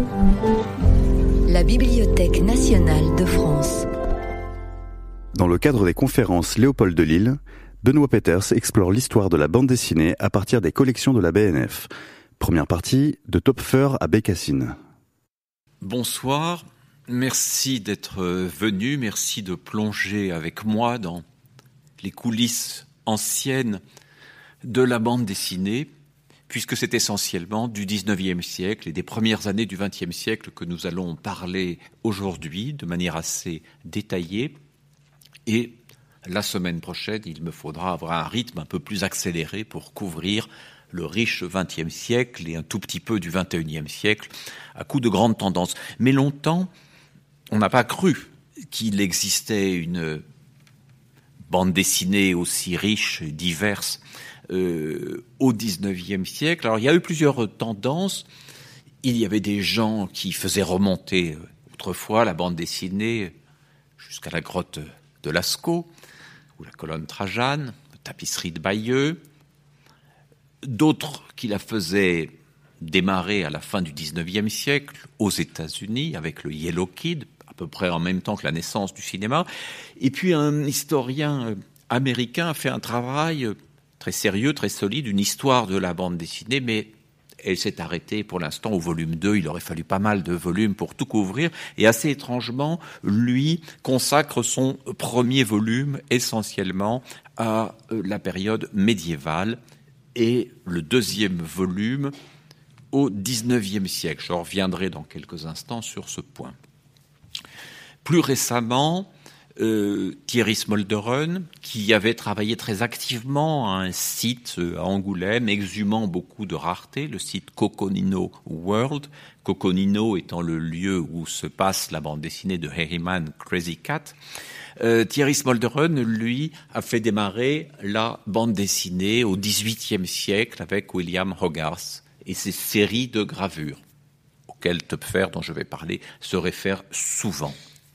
La Bibliothèque nationale de France. Dans le cadre des conférences Léopold de Lille, Benoît Peeters explore l'histoire de la bande dessinée à partir des collections de la BNF. Première partie, de Topfer à Bécassine. Bonsoir, merci d'être venu, merci de plonger avec moi dans les coulisses anciennes de la bande dessinée, puisque c'est essentiellement du 19e siècle et des premières années du 20e siècle que nous allons parler aujourd'hui de manière assez détaillée. Et la semaine prochaine, il me faudra avoir un rythme un peu plus accéléré pour couvrir le riche 20e siècle et un tout petit peu du 21e siècle, à coup de grandes tendances. Mais longtemps, on n'a pas cru qu'il existait une bande dessinée aussi riche et diverse au 19e siècle. Alors, il y a eu plusieurs tendances. Il y avait des gens qui faisaient remonter autrefois la bande dessinée jusqu'à la grotte de Lascaux, ou la colonne Trajane, la tapisserie de Bayeux. D'autres qui la faisaient démarrer à la fin du 19e siècle aux États-Unis avec le Yellow Kid, à peu près en même temps que la naissance du cinéma. Et puis un historien américain a fait un travail très sérieux, très solide, une histoire de la bande dessinée, mais elle s'est arrêtée pour l'instant au volume 2. Il aurait fallu pas mal de volumes pour tout couvrir. Et assez étrangement, lui consacre son premier volume essentiellement à la période médiévale et le deuxième volume au 19e siècle. Je reviendrai dans quelques instants sur ce point. Plus récemment, Thierry Smolderen, qui avait travaillé très activement à un site à Angoulême, exhumant beaucoup de raretés, le site Coconino World, Coconino étant le lieu où se passe la bande dessinée de Herriman Crazy Cat. Thierry Smolderen, lui, a fait démarrer la bande dessinée au XVIIIe siècle avec William Hogarth et ses séries de gravures, auxquelles Topfer, dont je vais parler, se réfère souvent.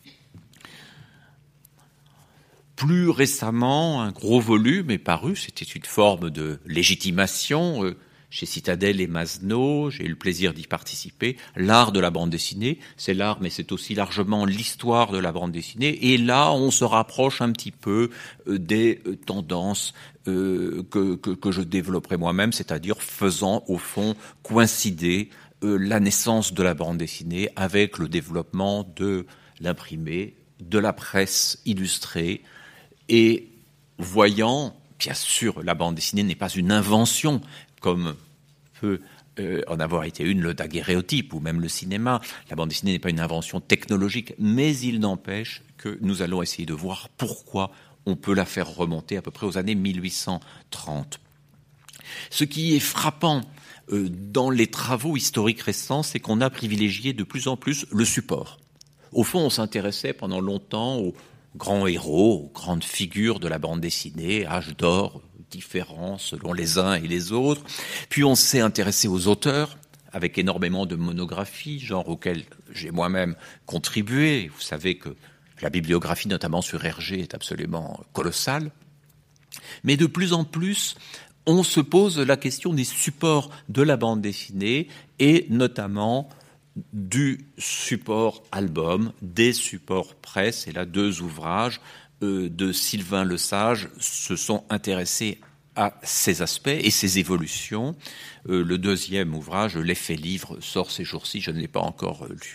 Plus récemment, un gros volume est paru, c'était une forme de légitimation chez Citadel et Masno, j'ai eu le plaisir d'y participer. L'art de la bande dessinée, c'est l'art, mais c'est aussi largement l'histoire de la bande dessinée. Et là, on se rapproche un petit peu des tendances que je développerai moi-même, c'est-à-dire faisant au fond coïncider la naissance de la bande dessinée avec le développement de l'imprimé, de la presse illustrée, et voyant, bien sûr, la bande dessinée n'est pas une invention, comme peut en avoir été une le daguerréotype ou même le cinéma. La bande dessinée n'est pas une invention technologique, mais il n'empêche que nous allons essayer de voir pourquoi on peut la faire remonter à peu près aux années 1830. Ce qui est frappant dans les travaux historiques récents, c'est qu'on a privilégié de plus en plus le support. Au fond, on s'intéressait pendant longtemps aux grands héros, aux grandes figures de la bande dessinée, âge d'or, différents selon les uns et les autres. Puis on s'est intéressé aux auteurs, avec énormément de monographies, genre auxquelles j'ai moi-même contribué. Vous savez que la bibliographie, notamment sur Hergé, est absolument colossale. Mais de plus en plus, on se pose la question des supports de la bande dessinée, et notamment du support album, des supports presse. Et là, deux ouvrages de Sylvain Lesage se sont intéressés à ces aspects et ces évolutions. Le deuxième ouvrage, L'effet livre, sort ces jours-ci, je ne l'ai pas encore lu.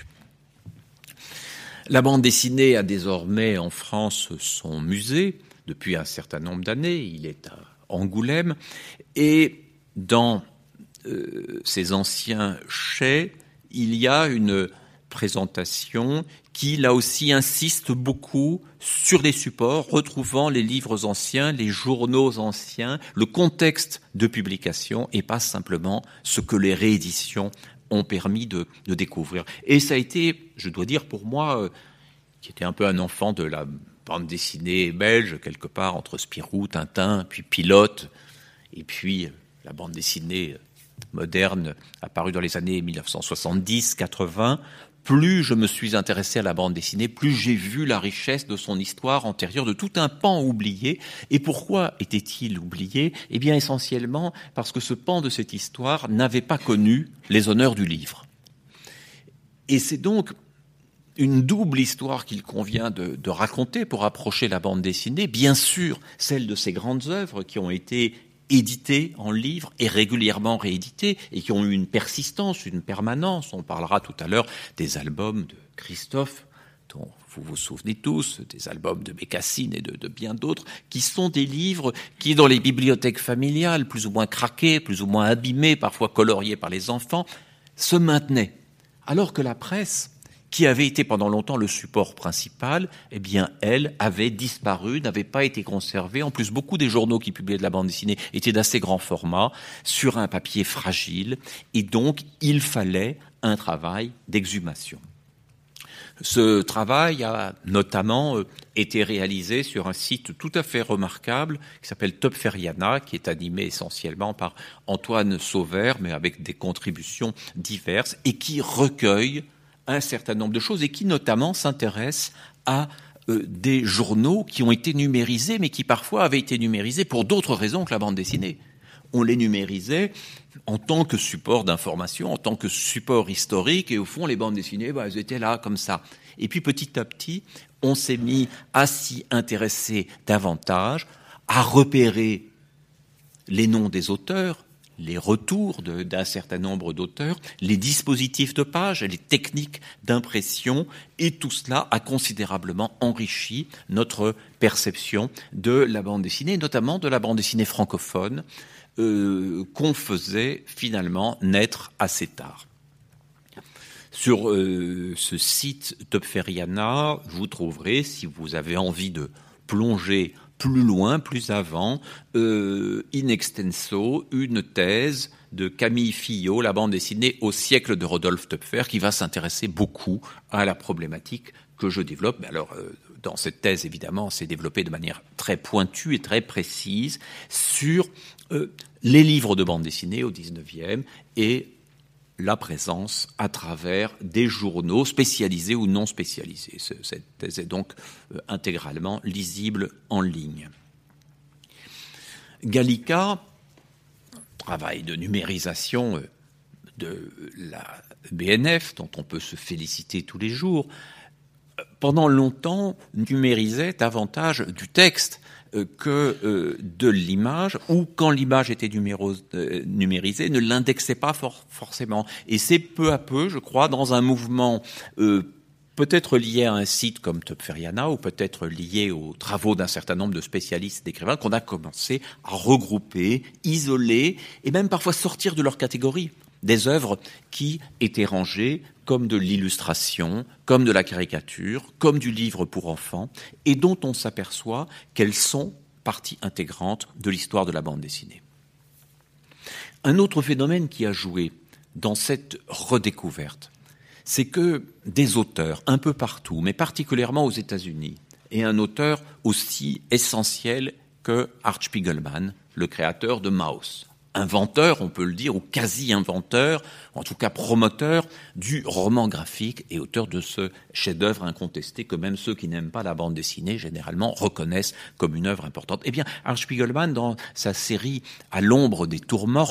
La bande dessinée a désormais en France son musée depuis un certain nombre d'années. Il est à Angoulême. Et dans ces anciens chais, il y a une présentation qui, là aussi, insiste beaucoup sur les supports, retrouvant les livres anciens, les journaux anciens, le contexte de publication, et pas simplement ce que les rééditions ont permis de découvrir. Et ça a été, je dois dire, pour moi, qui était un peu un enfant de la bande dessinée belge, quelque part entre Spirou, Tintin, puis Pilote, et puis la bande dessinée moderne apparue dans les années 1970-80, plus je me suis intéressé à la bande dessinée, plus j'ai vu la richesse de son histoire antérieure, de tout un pan oublié. Et pourquoi était-il oublié ? Eh bien, essentiellement parce que ce pan de cette histoire n'avait pas connu les honneurs du livre. Et c'est donc une double histoire qu'il convient de raconter pour approcher la bande dessinée. Bien sûr, celle de ces grandes œuvres qui ont été éditées en livres et régulièrement rééditées et qui ont eu une persistance, une permanence. On parlera tout à l'heure des albums de Christophe, dont vous vous souvenez tous, des albums de Bécassine et de bien d'autres, qui sont des livres qui, dans les bibliothèques familiales, plus ou moins craqués, plus ou moins abîmés, parfois coloriés par les enfants, se maintenaient. Alors que la presse, qui avait été pendant longtemps le support principal, eh bien, elle avait disparu, n'avait pas été conservée. En plus, beaucoup des journaux qui publiaient de la bande dessinée étaient d'assez grand format, sur un papier fragile, et donc il fallait un travail d'exhumation. Ce travail a notamment été réalisé sur un site tout à fait remarquable qui s'appelle Topferiana, qui est animé essentiellement par Antoine Sauvert, mais avec des contributions diverses, et qui recueille un certain nombre de choses et qui notamment s'intéresse à des journaux qui ont été numérisés, mais qui parfois avaient été numérisés pour d'autres raisons que la bande dessinée. On les numérisait en tant que support d'information, en tant que support historique, et au fond, les bandes dessinées, elles étaient là, comme ça. Et puis, petit à petit, on s'est mis à s'y intéresser davantage, à repérer les noms des auteurs, les retours d'un certain nombre d'auteurs, les dispositifs de page, les techniques d'impression, et tout cela a considérablement enrichi notre perception de la bande dessinée, notamment de la bande dessinée francophone, qu'on faisait finalement naître assez tard. Sur ce site Topferiana, vous trouverez, si vous avez envie de plonger plus loin, plus avant, in extenso, une thèse de Camille Fillot, la bande dessinée au siècle de Rodolphe Töpfer, qui va s'intéresser beaucoup à la problématique que je développe. Mais alors, dans cette thèse, évidemment, c'est développé de manière très pointue et très précise sur les livres de bande dessinée au XIXe et la présence à travers des journaux spécialisés ou non spécialisés. Cette thèse est donc intégralement lisible en ligne. Gallica, travail de numérisation de la BNF, dont on peut se féliciter tous les jours, pendant longtemps numérisait davantage du texte que de l'image, ou quand l'image était numérisée, ne l'indexait pas forcément. Et c'est peu à peu, je crois, dans un mouvement peut-être lié à un site comme Topferiana, ou peut-être lié aux travaux d'un certain nombre de spécialistes d'écrivains, qu'on a commencé à regrouper, isoler, et même parfois sortir de leur catégorie des œuvres qui étaient rangées comme de l'illustration, comme de la caricature, comme du livre pour enfants, et dont on s'aperçoit qu'elles sont partie intégrante de l'histoire de la bande dessinée. Un autre phénomène qui a joué dans cette redécouverte, c'est que des auteurs un peu partout, mais particulièrement aux États-Unis, et un auteur aussi essentiel que Art Spiegelman, le créateur de Maus, inventeur, on peut le dire, ou quasi-inventeur, en tout cas promoteur du roman graphique et auteur de ce chef-d'œuvre incontesté que même ceux qui n'aiment pas la bande dessinée, généralement, reconnaissent comme une œuvre importante. Eh bien, Art Spiegelman, dans sa série « À l'ombre des tours mortes »,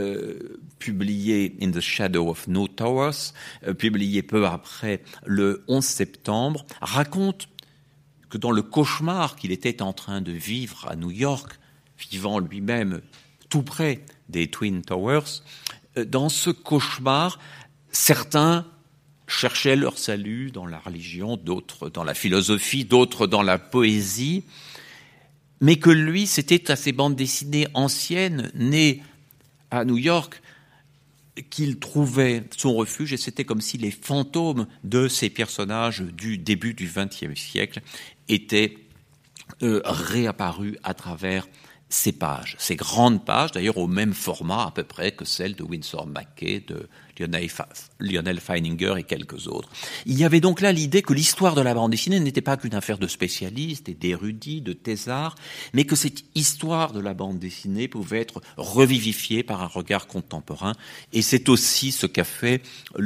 publiée « In the Shadow of No Towers », publiée peu après, le 11 septembre, raconte que dans le cauchemar qu'il était en train de vivre à New York, vivant lui-même tout près des Twin Towers, dans ce cauchemar, certains cherchaient leur salut dans la religion, d'autres dans la philosophie, d'autres dans la poésie, mais que lui, c'était à ces bandes dessinées anciennes, nées à New York, qu'il trouvait son refuge, et c'était comme si les fantômes de ces personnages du début du XXe siècle étaient réapparus à travers ces pages, ces grandes pages, d'ailleurs au même format à peu près que celles de Winsor McCay, de Lionel Feininger et quelques autres. Il y avait donc là l'idée que l'histoire de la bande dessinée n'était pas qu'une affaire de spécialistes et d'érudits, de thésards, mais que cette histoire de la bande dessinée pouvait être revivifiée par un regard contemporain. Et c'est aussi ce qu'a fait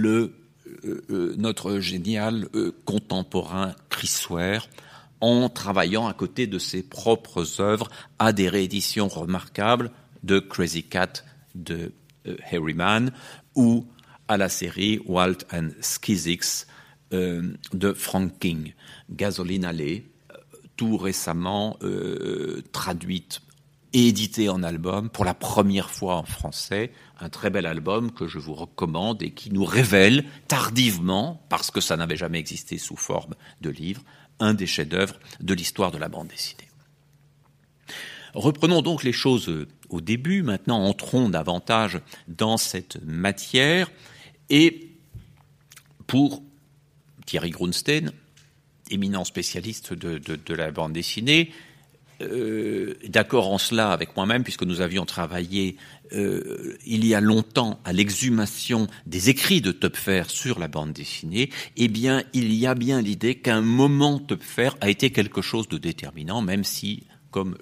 notre génial contemporain Chris Ware, en travaillant à côté de ses propres œuvres à des rééditions remarquables de Crazy Cat de Herriman ou à la série Walt and Schizix de Frank King, Gasoline Alley, tout récemment traduite et édité en album pour la première fois en français, un très bel album que je vous recommande et qui nous révèle tardivement, parce que ça n'avait jamais existé sous forme de livre, un des chefs-d'œuvre de l'histoire de la bande dessinée. Reprenons donc les choses au début, maintenant entrons davantage dans cette matière, et pour Thierry Groensteyn, éminent spécialiste de la bande dessinée, d'accord en cela avec moi-même, puisque nous avions travaillé il y a longtemps à l'exhumation des écrits de Töpffer sur la bande dessinée, eh bien, il y a bien l'idée qu'à un moment, Töpffer a été quelque chose de déterminant, même si, comme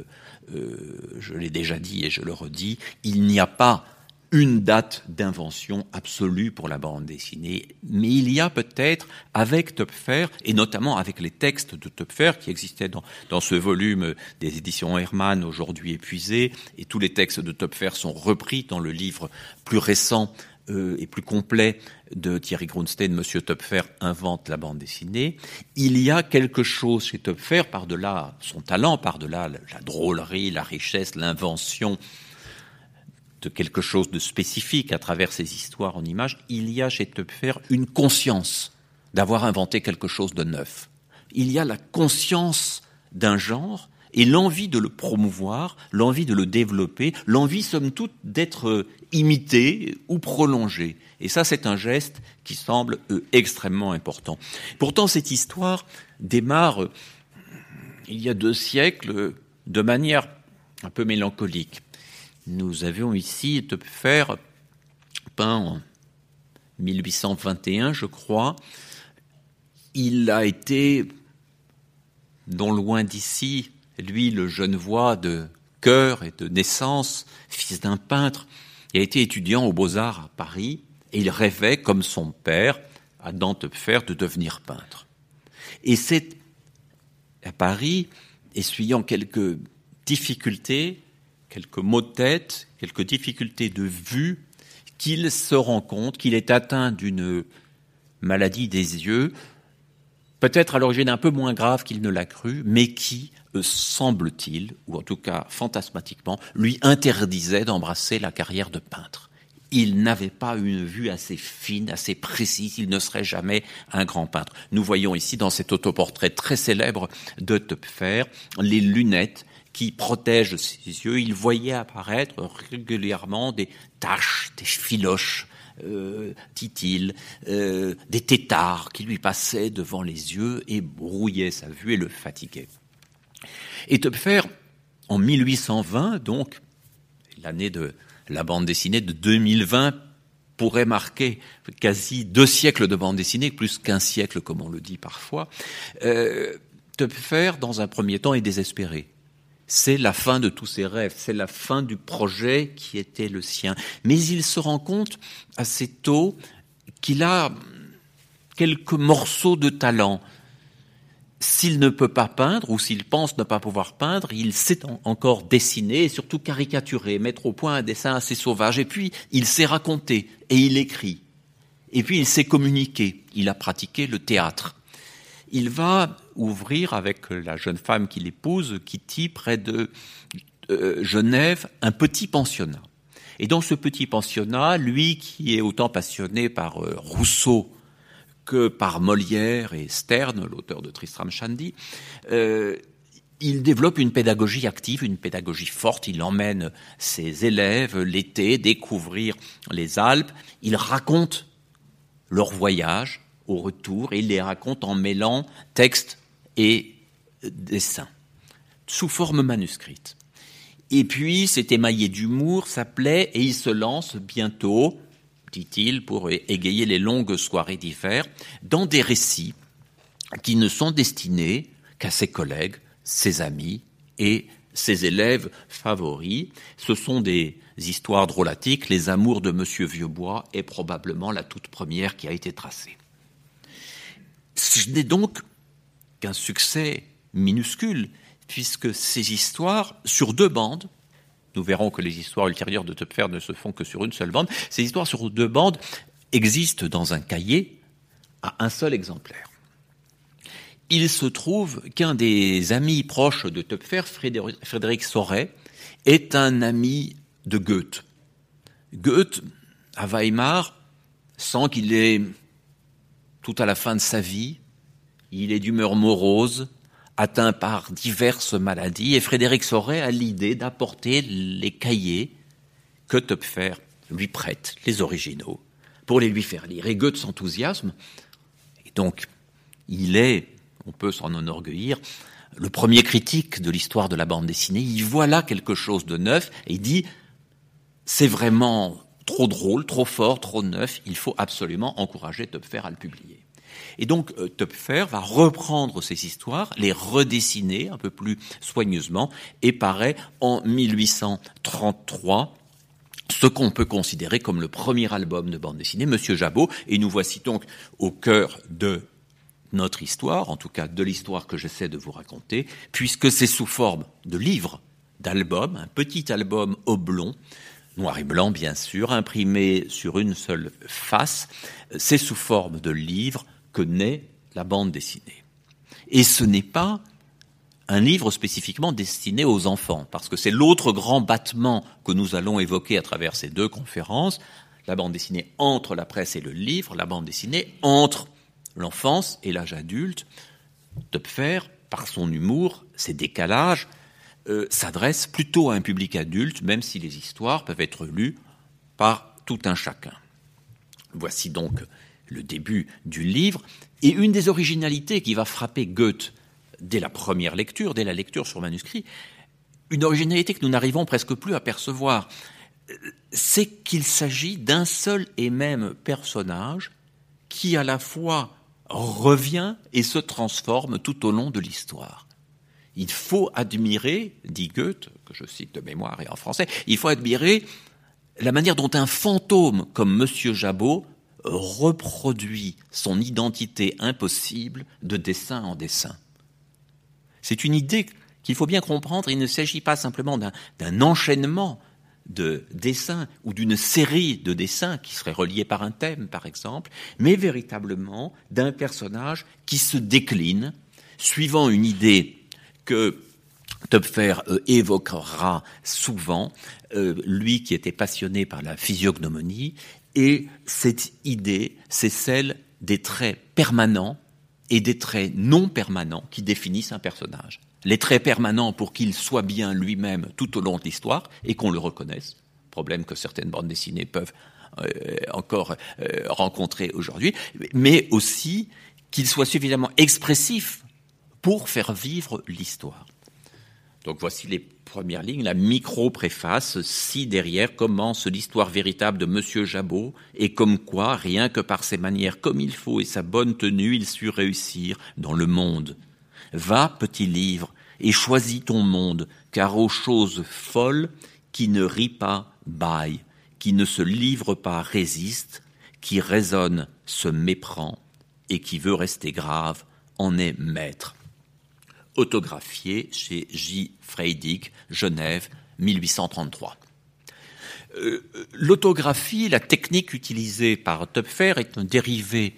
je l'ai déjà dit et je le redis, il n'y a pas une date d'invention absolue pour la bande dessinée, mais il y a peut-être avec Töpffer, et notamment avec les textes de Töpffer qui existaient dans ce volume des éditions Hermann, aujourd'hui épuisé, et tous les textes de Töpffer sont repris dans le livre plus récent et plus complet de Thierry Groensteyn, Monsieur Töpffer invente la bande dessinée. Il y a quelque chose chez Töpffer, par-delà son talent, par-delà la drôlerie, la richesse, l'invention de quelque chose de spécifique à travers ces histoires en images, il y a chez Töpffer une conscience d'avoir inventé quelque chose de neuf. Il y a la conscience d'un genre et l'envie de le promouvoir, l'envie de le développer, l'envie, somme toute, d'être imité ou prolongé. Et ça, c'est un geste qui semble extrêmement important. Pourtant, cette histoire démarre il y a 2 siècles de manière un peu mélancolique. Nous avions ici Töpffer, peint en 1821, je crois. Il a été, non loin d'ici, lui, le Genevois de cœur et de naissance, fils d'un peintre, il a été étudiant aux Beaux-Arts à Paris, et il rêvait, comme son père, Adam Töpffer, de devenir peintre. Et c'est à Paris, essuyant quelques difficultés, quelques maux de tête, quelques difficultés de vue, qu'il se rend compte qu'il est atteint d'une maladie des yeux, peut-être à l'origine un peu moins grave qu'il ne l'a cru, mais qui, semble-t-il, ou en tout cas fantasmatiquement, lui interdisait d'embrasser la carrière de peintre. Il n'avait pas une vue assez fine, assez précise, il ne serait jamais un grand peintre. Nous voyons ici, dans cet autoportrait très célèbre de Töpffer, les lunettes qui protègent ses yeux. Il voyait apparaître régulièrement des taches, des filoches, dit-il, des tétards qui lui passaient devant les yeux et brouillaient sa vue et le fatiguaient. Et Töpffer, en 1820, donc, l'année de la bande dessinée de 2020, pourrait marquer quasi 2 siècles de bande dessinée, plus qu'1 siècle, comme on le dit parfois. Töpffer, dans un premier temps, est désespéré. C'est la fin de tous ses rêves, c'est la fin du projet qui était le sien. Mais il se rend compte assez tôt qu'il a quelques morceaux de talent. S'il ne peut pas peindre, ou s'il pense ne pas pouvoir peindre, il sait encore dessiner et surtout caricaturer, mettre au point un dessin assez sauvage. Et puis, il sait raconter et il écrit. Et puis, il sait communiquer. Il a pratiqué le théâtre. Il va ouvrir avec la jeune femme qu'il épouse, Kitty, près de Genève, un petit pensionnat. Et dans ce petit pensionnat, lui qui est autant passionné par Rousseau que par Molière et Sterne, l'auteur de Tristram Shandy, il développe une pédagogie active, une pédagogie forte. Il emmène ses élèves l'été découvrir les Alpes. Il raconte leur voyage au retour, et il les raconte en mêlant texte et dessin, sous forme manuscrite. Et puis, c'est émaillé d'humour, ça plaît, et il se lance bientôt, dit-il, pour égayer les longues soirées d'hiver, dans des récits qui ne sont destinés qu'à ses collègues, ses amis et ses élèves favoris. Ce sont des histoires drôlatiques. Les amours de Monsieur Vieuxbois est probablement la toute première qui a été tracée. Ce n'est donc qu'un succès minuscule, puisque ces histoires, sur 2 bandes, nous verrons que les histoires ultérieures de Töpffer ne se font que sur une seule bande, ces histoires sur 2 bandes existe dans un cahier à un seul exemplaire. Il se trouve qu'un des amis proches de Töpffer, Frédéric Sauret, est un ami de Goethe. Goethe, à Weimar, sent qu'il est tout à la fin de sa vie, il est d'humeur morose, atteint par diverses maladies, et Frédéric Sauret a l'idée d'apporter les cahiers que Töpffer lui prête, les originaux, pour les lui faire lire. Et Goethe s'enthousiasme, et donc il est, on peut s'en enorgueillir, le premier critique de l'histoire de la bande dessinée. Il voit là quelque chose de neuf, et il dit, c'est vraiment trop drôle, trop fort, trop neuf, il faut absolument encourager Töpffer à le publier. Et donc Töpffer va reprendre ces histoires, les redessiner un peu plus soigneusement, et paraît en 1833 ce qu'on peut considérer comme le premier album de bande dessinée, Monsieur Jabot, et nous voici donc au cœur de notre histoire, en tout cas de l'histoire que j'essaie de vous raconter, puisque c'est sous forme de livre, d'album, un petit album oblong, noir et blanc bien sûr, imprimé sur une seule face, c'est sous forme de livre que naît la bande dessinée. Et ce n'est pas un livre spécifiquement destiné aux enfants, parce que c'est l'autre grand battement que nous allons évoquer à travers ces deux conférences, la bande dessinée entre la presse et le livre, la bande dessinée entre l'enfance et l'âge adulte. Töpffer, par son humour, ses décalages, s'adresse plutôt à un public adulte, même si les histoires peuvent être lues par tout un chacun. Voici donc le début du livre, et une des originalités qui va frapper Goethe dès la première lecture, dès la lecture sur manuscrit, une originalité que nous n'arrivons presque plus à percevoir, c'est qu'il s'agit d'un seul et même personnage qui à la fois revient et se transforme tout au long de l'histoire. Il faut admirer, dit Goethe, que je cite de mémoire et en français, il faut admirer la manière dont un fantôme comme Monsieur Jabot reproduit son identité impossible de dessin en dessin. C'est une idée qu'il faut bien comprendre. Il ne s'agit pas simplement d'un enchaînement de dessins ou d'une série de dessins qui seraient reliés par un thème, par exemple, mais véritablement d'un personnage qui se décline suivant une idée que Töpffer évoquera souvent, lui qui était passionné par la physiognomonie, et cette idée, c'est celle des traits permanents et des traits non permanents qui définissent un personnage. Les traits permanents pour qu'il soit bien lui-même tout au long de l'histoire et qu'on le reconnaisse, problème que certaines bandes dessinées peuvent encore rencontrer aujourd'hui, mais aussi qu'il soit suffisamment expressif pour faire vivre l'histoire. Donc voici les premières lignes, la micro-préface, ci derrière commence l'histoire véritable de Monsieur Jabot, et comme quoi, rien que par ses manières comme il faut et sa bonne tenue, il sut réussir dans le monde. Va, petit livre, et choisis ton monde, car aux choses folles, qui ne rit pas, bâille, qui ne se livre pas, résiste, qui raisonne, se méprend, et qui veut rester grave, en est maître. Autographié chez J. Freydig, Genève, 1833. L'autographie, la technique utilisée par Töpffer est un dérivé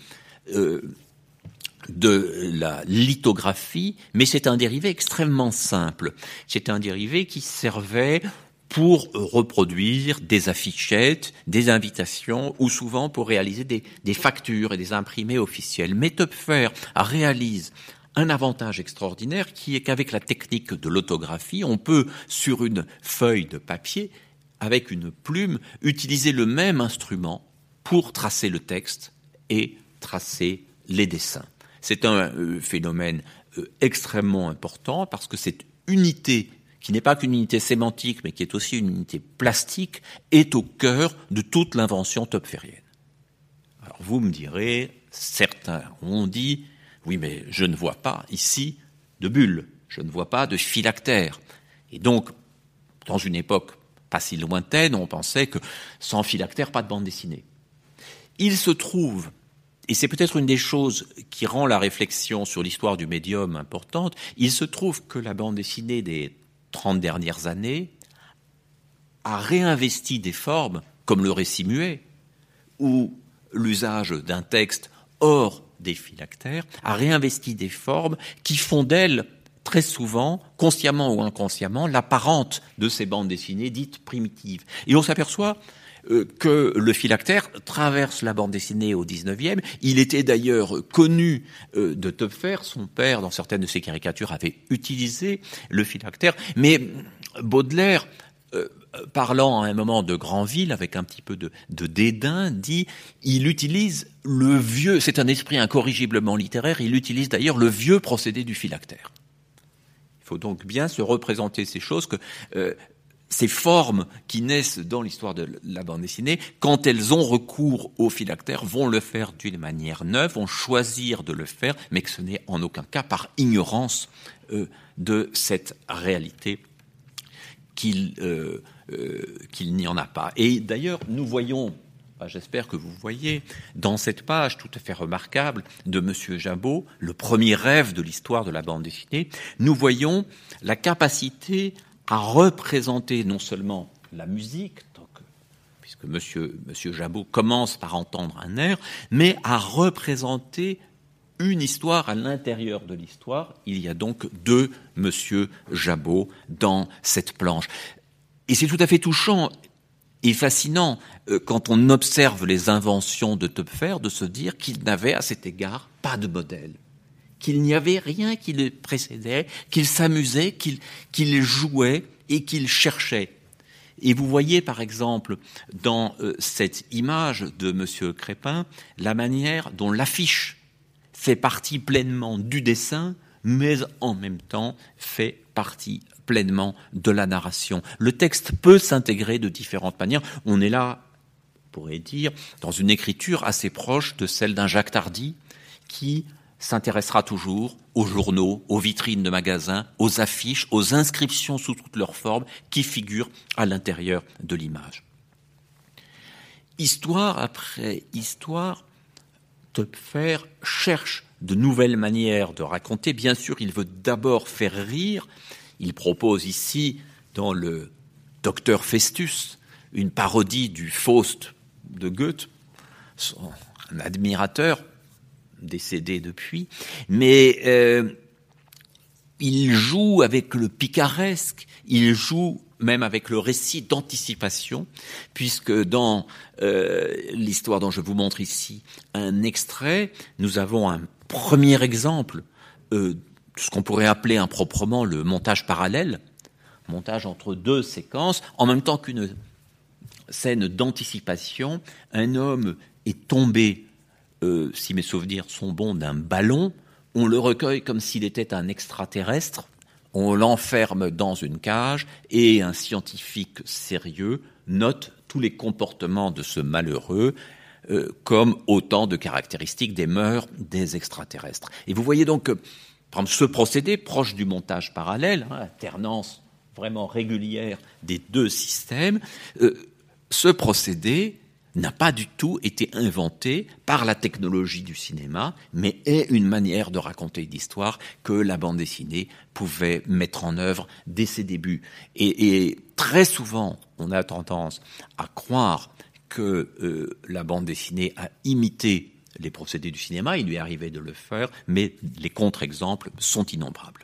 de la lithographie, mais c'est un dérivé extrêmement simple. C'est un dérivé qui servait pour reproduire des affichettes, des invitations, ou souvent pour réaliser des factures et des imprimés officiels. Mais Töpffer réalise un avantage extraordinaire qui est qu'avec la technique de l'autographie, on peut, sur une feuille de papier, avec une plume, utiliser le même instrument pour tracer le texte et tracer les dessins. C'est un phénomène extrêmement important parce que cette unité, qui n'est pas qu'une unité sémantique, mais qui est aussi une unité plastique, est au cœur de toute l'invention töpférienne. Alors vous me direz, certains ont dit, oui, mais je ne vois pas ici de bulles, je ne vois pas de phylactères. Et donc, dans une époque pas si lointaine, on pensait que sans phylactères, pas de bande dessinée. Il se trouve, et c'est peut-être une des choses qui rend la réflexion sur l'histoire du médium importante, il se trouve que la bande dessinée des 30 dernières années a réinvesti des formes, comme le récit muet, ou l'usage d'un texte hors des phylactères, a réinvesti des formes qui font d'elles, très souvent, consciemment ou inconsciemment, l'apparente de ces bandes dessinées dites primitives. Et on s'aperçoit que le phylactère traverse la bande dessinée au XIXe. Il était d'ailleurs connu de Töpfer. Son père, dans certaines de ses caricatures, avait utilisé le phylactère. Mais Baudelaire, parlant à un moment de Granville, avec un petit peu de dédain, dit « il utilise le vieux », c'est un esprit incorrigiblement littéraire, il utilise d'ailleurs le vieux procédé du phylactère. Il faut donc bien se représenter ces choses que... ces formes qui naissent dans l'histoire de la bande dessinée, quand elles ont recours au phylactère, vont le faire d'une manière neuve, vont choisir de le faire, mais que ce n'est en aucun cas par ignorance de cette réalité qu'il n'y en a pas. Et d'ailleurs, nous voyons, j'espère que vous voyez, dans cette page tout à fait remarquable de Monsieur Jabot, le premier rêve de l'histoire de la bande dessinée, nous voyons la capacité à représenter non seulement la musique, puisque Monsieur Jabot commence par entendre un air, mais à représenter une histoire à l'intérieur de l'histoire. Il y a donc deux Monsieur Jabot dans cette planche. Et c'est tout à fait touchant et fascinant quand on observe les inventions de Töpfer de se dire qu'il n'avait à cet égard pas de modèle, qu'il n'y avait rien qui le précédait, qu'il s'amusait, qu'il jouait et qu'il cherchait. Et vous voyez par exemple dans cette image de Monsieur Crépin la manière dont l'affiche fait partie pleinement du dessin, mais en même temps fait partie pleinement de la narration. Le texte peut s'intégrer de différentes manières. On est là, on pourrait dire, dans une écriture assez proche de celle d'un Jacques Tardy qui s'intéressera toujours aux journaux, aux vitrines de magasins, aux affiches, aux inscriptions sous toutes leurs formes qui figurent à l'intérieur de l'image. Histoire après histoire, Töpfer cherche de nouvelles manières de raconter. Bien sûr, il veut d'abord faire rire. Il propose ici, dans le Docteur Festus, une parodie du Faust de Goethe, un admirateur décédé depuis, mais il joue avec le picaresque, il joue même avec le récit d'anticipation, puisque dans l'histoire dont je vous montre ici un extrait, nous avons un premier exemple de ce qu'on pourrait appeler improprement le montage parallèle, montage entre deux séquences, en même temps qu'une scène d'anticipation. Un homme est tombé, si mes souvenirs sont bons, d'un ballon, on le recueille comme s'il était un extraterrestre, on l'enferme dans une cage et un scientifique sérieux note tous les comportements de ce malheureux comme autant de caractéristiques des mœurs des extraterrestres. Et vous voyez donc, par exemple, ce procédé proche du montage parallèle, alternance vraiment régulière des deux systèmes, ce procédé n'a pas du tout été inventé par la technologie du cinéma, mais est une manière de raconter l'histoire que la bande dessinée pouvait mettre en œuvre dès ses débuts. Et très souvent, on a tendance à croire que la bande dessinée a imité les procédés du cinéma, il lui est arrivé de le faire, mais les contre-exemples sont innombrables.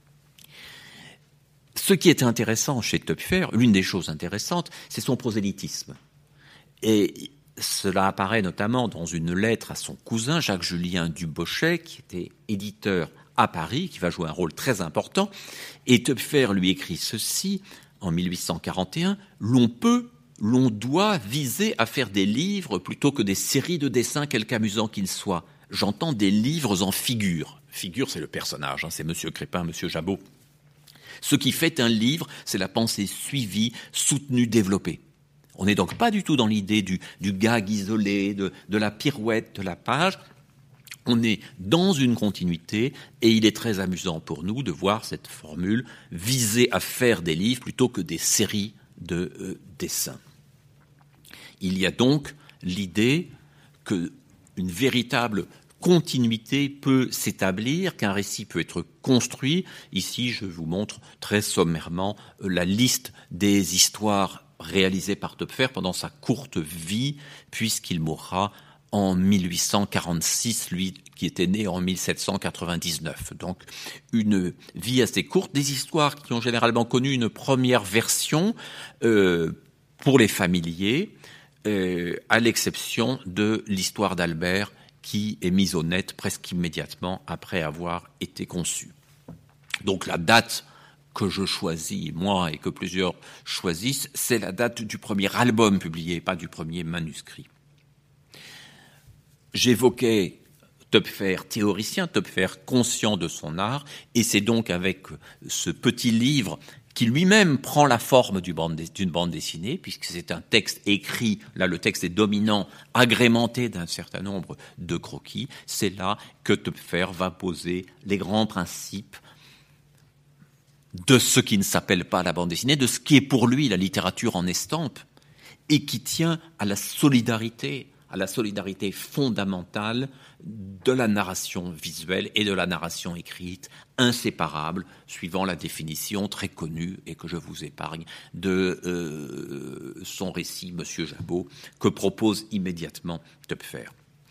Ce qui est intéressant chez Töpfer, l'une des choses intéressantes, c'est son prosélytisme. Et cela apparaît notamment dans une lettre à son cousin, Jacques-Julien Dubochet, qui était éditeur à Paris, qui va jouer un rôle très important. Et Töpfer lui écrit ceci, en 1841, « L'on doit viser à faire des livres plutôt que des séries de dessins, quelque amusants qu'ils soient. J'entends des livres en figures. » Figure, c'est le personnage, c'est Monsieur Crépin, Monsieur Jabot. Ce qui fait un livre, c'est la pensée suivie, soutenue, développée. On n'est donc pas du tout dans l'idée du gag isolé, de la pirouette de la page. On est dans une continuité et il est très amusant pour nous de voir cette formule viser à faire des livres plutôt que des séries de dessins. Il y a donc l'idée qu'une véritable continuité peut s'établir, qu'un récit peut être construit. Ici, je vous montre très sommairement la liste des histoires réalisées par Töpfer pendant sa courte vie, puisqu'il mourra en 1846, lui qui était né en 1799. Donc une vie assez courte, des histoires qui ont généralement connu une première version pour les familiers, à l'exception de l'histoire d'Albert qui est mise au net presque immédiatement après avoir été conçue. Donc la date que je choisis, moi, et que plusieurs choisissent, c'est la date du premier album publié, pas du premier manuscrit. J'évoquais Töpfer théoricien, Töpfer conscient de son art, et c'est donc avec ce petit livre qui lui-même prend la forme d'une bande dessinée, puisque c'est un texte écrit, là le texte est dominant, agrémenté d'un certain nombre de croquis, c'est là que Töpfer va poser les grands principes de ce qui ne s'appelle pas la bande dessinée, de ce qui est pour lui la littérature en estampe, et qui tient à la solidarité fondamentale de la narration visuelle et de la narration écrite, inséparables, suivant la définition très connue, et que je vous épargne, de son récit, Monsieur Jabot, que propose immédiatement Töpfer.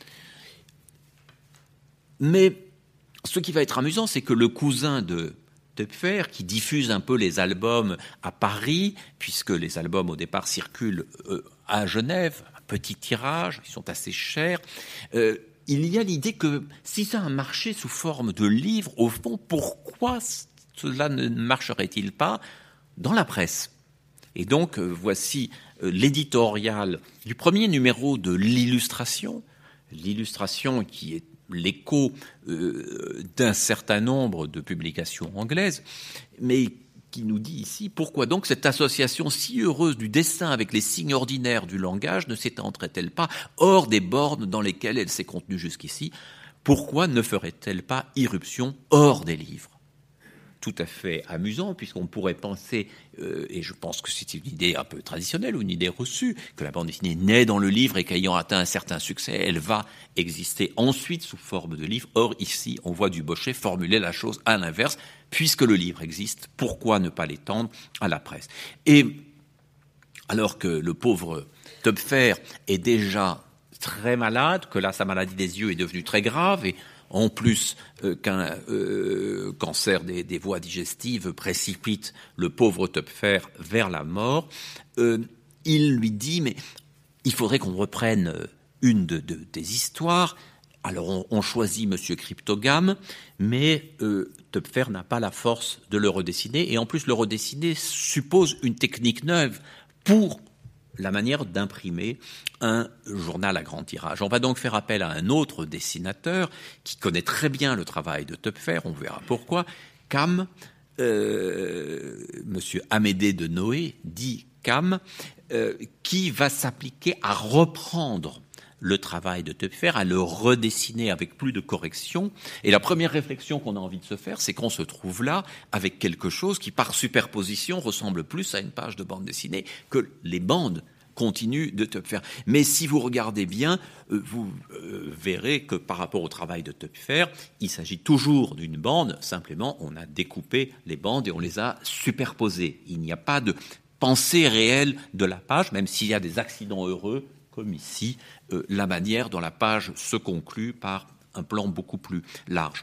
Mais ce qui va être amusant, c'est que le cousin de Töpfer, qui diffuse un peu les albums à Paris, puisque les albums au départ circulent à Genève, un petit tirage, ils sont assez chers, il y a l'idée que si ça a marché sous forme de livre, au fond, pourquoi cela ne marcherait-il pas dans la presse ? Et donc, voici l'éditorial du premier numéro de l'Illustration qui est l'écho d'un certain nombre de publications anglaises, mais qui nous dit ici pourquoi donc cette association si heureuse du dessin avec les signes ordinaires du langage ne s'étendrait-elle pas hors des bornes dans lesquelles elle s'est contenue jusqu'ici ? Pourquoi ne ferait-elle pas irruption hors des livres ? Tout à fait amusant, puisqu'on pourrait penser, et je pense que c'est une idée un peu traditionnelle ou une idée reçue, que la bande dessinée naît dans le livre et qu'ayant atteint un certain succès, elle va exister ensuite sous forme de livre. Or, ici, on voit Dubochet formuler la chose à l'inverse. Puisque le livre existe, pourquoi ne pas l'étendre à la presse ? Et alors que le pauvre Töpfer est déjà très malade, que là, sa maladie des yeux est devenue très grave, et en plus qu'un cancer des voies digestives précipite le pauvre Töpfer vers la mort, il lui dit, mais il faudrait qu'on reprenne une des histoires. Alors on choisit Monsieur Cryptogame, mais Töpfer n'a pas la force de le redessiner, et en plus le redessiner suppose une technique neuve pour la manière d'imprimer un journal à grand tirage. On va donc faire appel à un autre dessinateur qui connaît très bien le travail de Töpfer, on verra pourquoi, Cam, Monsieur Amédée de Noé, dit Cam, qui va s'appliquer à reprendre le travail de Töpfer, à le redessiner avec plus de correction. Et la première réflexion qu'on a envie de se faire, c'est qu'on se trouve là avec quelque chose qui, par superposition, ressemble plus à une page de bande dessinée que les bandes continues de Töpfer. Mais si vous regardez bien, vous verrez que par rapport au travail de Töpfer, il s'agit toujours d'une bande, simplement on a découpé les bandes et on les a superposées. Il n'y a pas de pensée réelle de la page, même s'il y a des accidents heureux, comme ici, la manière dont la page se conclut par un plan beaucoup plus large.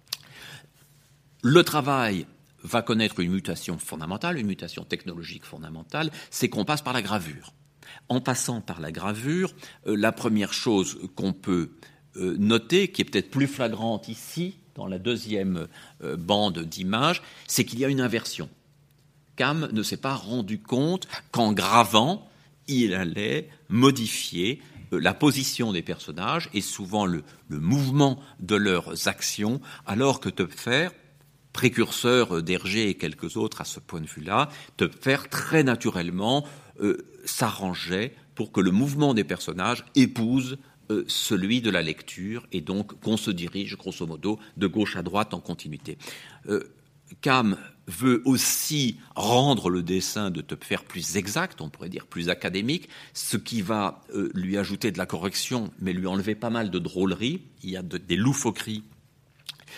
Le travail va connaître une mutation fondamentale, une mutation technologique fondamentale, c'est qu'on passe par la gravure. En passant par la gravure, la première chose qu'on peut noter, qui est peut-être plus flagrante ici, dans la deuxième bande d'images, c'est qu'il y a une inversion. Cam ne s'est pas rendu compte qu'en gravant, il allait modifier la position des personnages et souvent le mouvement de leurs actions, alors que Töpfer, précurseur d'Hergé et quelques autres à ce point de vue-là, Töpfer très naturellement s'arrangeait pour que le mouvement des personnages épouse celui de la lecture et donc qu'on se dirige grosso modo de gauche à droite en continuité. Cam veut aussi rendre le dessin de Töpfer plus exact, on pourrait dire plus académique, ce qui va lui ajouter de la correction, mais lui enlever pas mal de drôlerie. Il y a des loufoqueries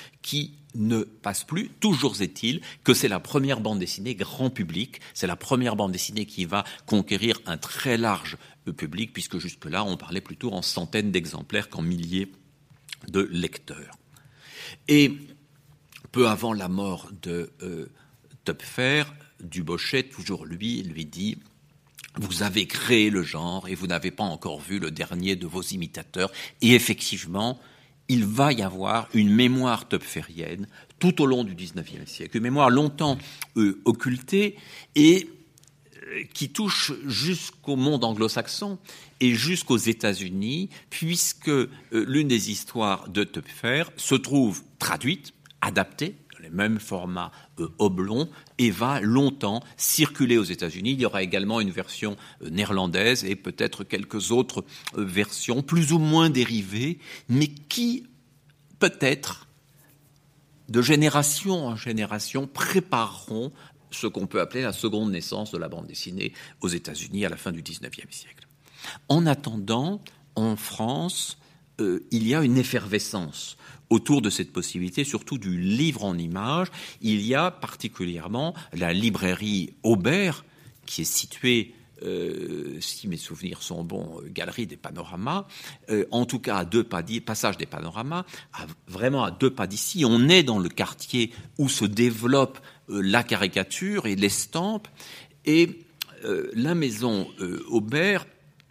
qui ne passe plus. Toujours est-il que c'est la première bande dessinée grand public, c'est la première bande dessinée qui va conquérir un très large public, puisque jusque-là, on parlait plutôt en centaines d'exemplaires qu'en milliers de lecteurs. Et peu avant la mort de Töpffer, Dubochet, toujours lui dit « Vous avez créé le genre et vous n'avez pas encore vu le dernier de vos imitateurs. » Et effectivement, il va y avoir une mémoire töpférienne tout au long du XIXe siècle, une mémoire longtemps occultée et qui touche jusqu'au monde anglo-saxon et jusqu'aux États-Unis, puisque l'une des histoires de Töpffer se trouve traduite, adaptée, dans les mêmes formats oblongs, et va longtemps circuler aux États-Unis. Il y aura également une version néerlandaise et peut-être quelques autres versions plus ou moins dérivées, mais qui, peut-être, de génération en génération, prépareront ce qu'on peut appeler la seconde naissance de la bande dessinée aux États-Unis à la fin du XIXe siècle. En attendant, en France, il y a une effervescence autour de cette possibilité, surtout du livre en images. Il y a particulièrement la librairie Aubert, qui est située, si mes souvenirs sont bons, Galerie des Panoramas, en tout cas à 2 pas passage des Panoramas, vraiment à 2 pas d'ici. On est dans le quartier où se développe la caricature et l'estampe, et la maison Aubert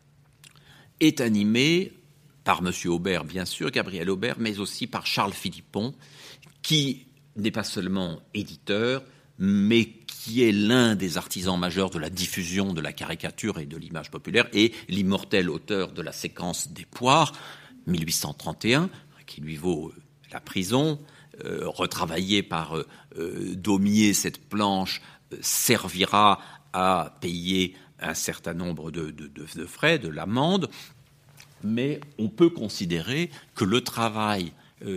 est animée par M. Aubert, bien sûr, Gabriel Aubert, mais aussi par Charles Philippon, qui n'est pas seulement éditeur, mais qui est l'un des artisans majeurs de la diffusion de la caricature et de l'image populaire, et l'immortel auteur de la séquence des poires, 1831, qui lui vaut la prison, retravaillé par Daumier, cette planche servira à payer un certain nombre de frais, de l'amende, mais on peut considérer que le travail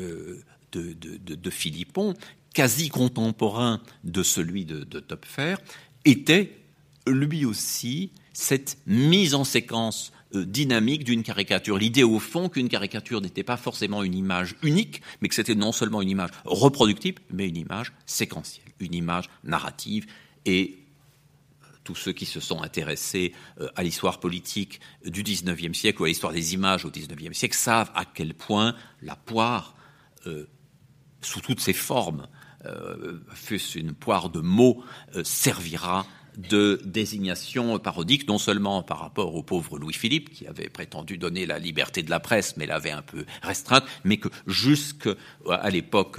de Philippon, quasi contemporain de celui de Töpffer, était lui aussi cette mise en séquence dynamique d'une caricature. L'idée au fond qu'une caricature n'était pas forcément une image unique, mais que c'était non seulement une image reproductible, mais une image séquentielle, une image narrative. Et tous ceux qui se sont intéressés à l'histoire politique du XIXe siècle ou à l'histoire des images au XIXe siècle savent à quel point la poire, sous toutes ses formes, fût-ce une poire de mots, servira de désignation parodique, non seulement par rapport au pauvre Louis-Philippe, qui avait prétendu donner la liberté de la presse, mais l'avait un peu restreinte, mais que jusqu'à l'époque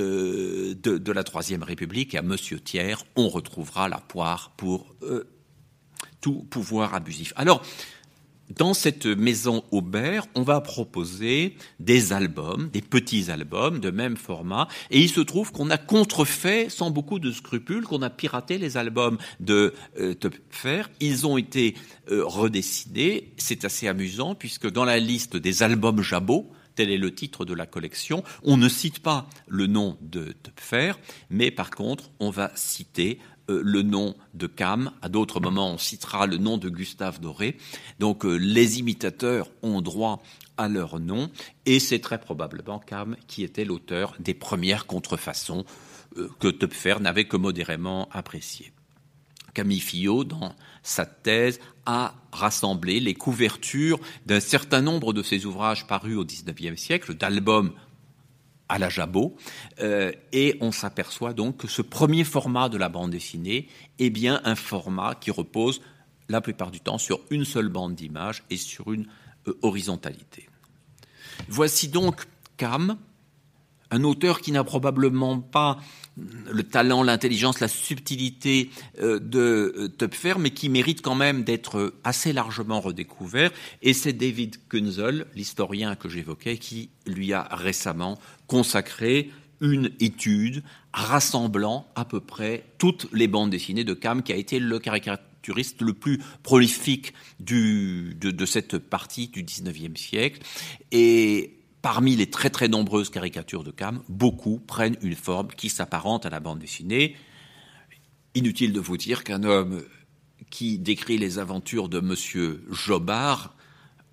de la Troisième République, et à Monsieur Thiers, on retrouvera la poire pour tout pouvoir abusif. Alors, dans cette maison Aubert, on va proposer des albums, des petits albums de même format, et il se trouve qu'on a contrefait, sans beaucoup de scrupules, qu'on a piraté les albums de Töpffer. Ils ont été redessinés. C'est assez amusant, puisque dans la liste des albums Jabot, tel est le titre de la collection, on ne cite pas le nom de Töpffer, mais par contre, on va citer le nom de Cam. À d'autres moments, on citera le nom de Gustave Doré. Donc, les imitateurs ont droit à leur nom, et c'est très probablement Cam qui était l'auteur des premières contrefaçons que Töpffer n'avait que modérément appréciées. Camille Fillot, dans sa thèse, a rassemblé les couvertures d'un certain nombre de ses ouvrages parus au XIXe siècle, d'albums à la Jabot, et on s'aperçoit donc que ce premier format de la bande dessinée est bien un format qui repose la plupart du temps sur une seule bande d'images et sur une horizontalité. Voici donc Cam, un auteur qui n'a probablement pas le talent, l'intelligence, la subtilité de Töpffer, mais qui mérite quand même d'être assez largement redécouvert. Et c'est David Kunzel, l'historien que j'évoquais, qui lui a récemment consacré une étude rassemblant à peu près toutes les bandes dessinées de Cam, qui a été le caricaturiste le plus prolifique de cette partie du XIXe siècle. Et parmi les très très nombreuses caricatures de Cam, beaucoup prennent une forme qui s'apparente à la bande dessinée. Inutile de vous dire qu'un homme qui décrit les aventures de Monsieur Jobard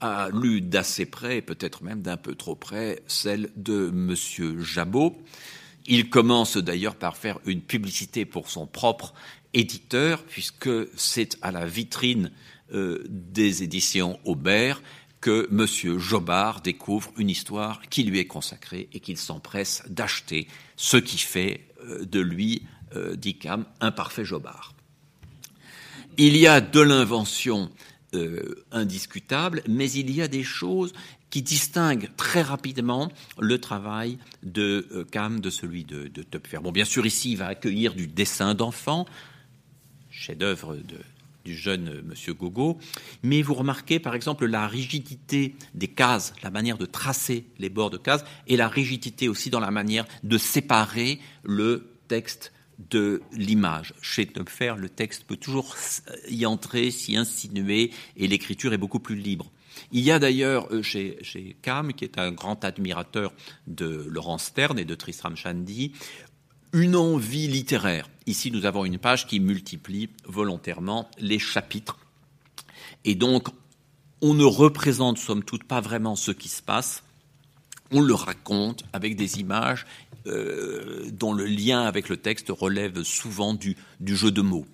a lu d'assez près, peut-être même d'un peu trop près, celle de Monsieur Jabot. Il commence d'ailleurs par faire une publicité pour son propre éditeur, puisque c'est à la vitrine des éditions Aubert que Monsieur Jobard découvre une histoire qui lui est consacrée et qu'il s'empresse d'acheter, ce qui fait de lui, dit Cam, un parfait Jobard. Il y a de l'invention indiscutable, mais il y a des choses qui distinguent très rapidement le travail de Cam de celui de Töpffer. Bon, bien sûr, ici, il va accueillir du dessin d'enfant, chef-d'œuvre du jeune Monsieur Gogo, mais vous remarquez, par exemple, la rigidité des cases, la manière de tracer les bords de cases, et la rigidité aussi dans la manière de séparer le texte de l'image. Chez Töpffer, le texte peut toujours y entrer, s'y insinuer, et l'écriture est beaucoup plus libre. Il y a d'ailleurs chez Cam, qui est un grand admirateur de Laurence Sterne et de Tristram Shandy, une envie littéraire. Ici, nous avons une page qui multiplie volontairement les chapitres. Et donc, on ne représente, somme toute, pas vraiment ce qui se passe. On le raconte avec des images dont le lien avec le texte relève souvent du jeu de mots.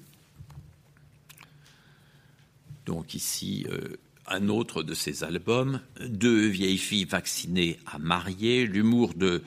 Donc ici, un autre de ces albums, Deux vieilles filles vaccinées à marier. L'humour de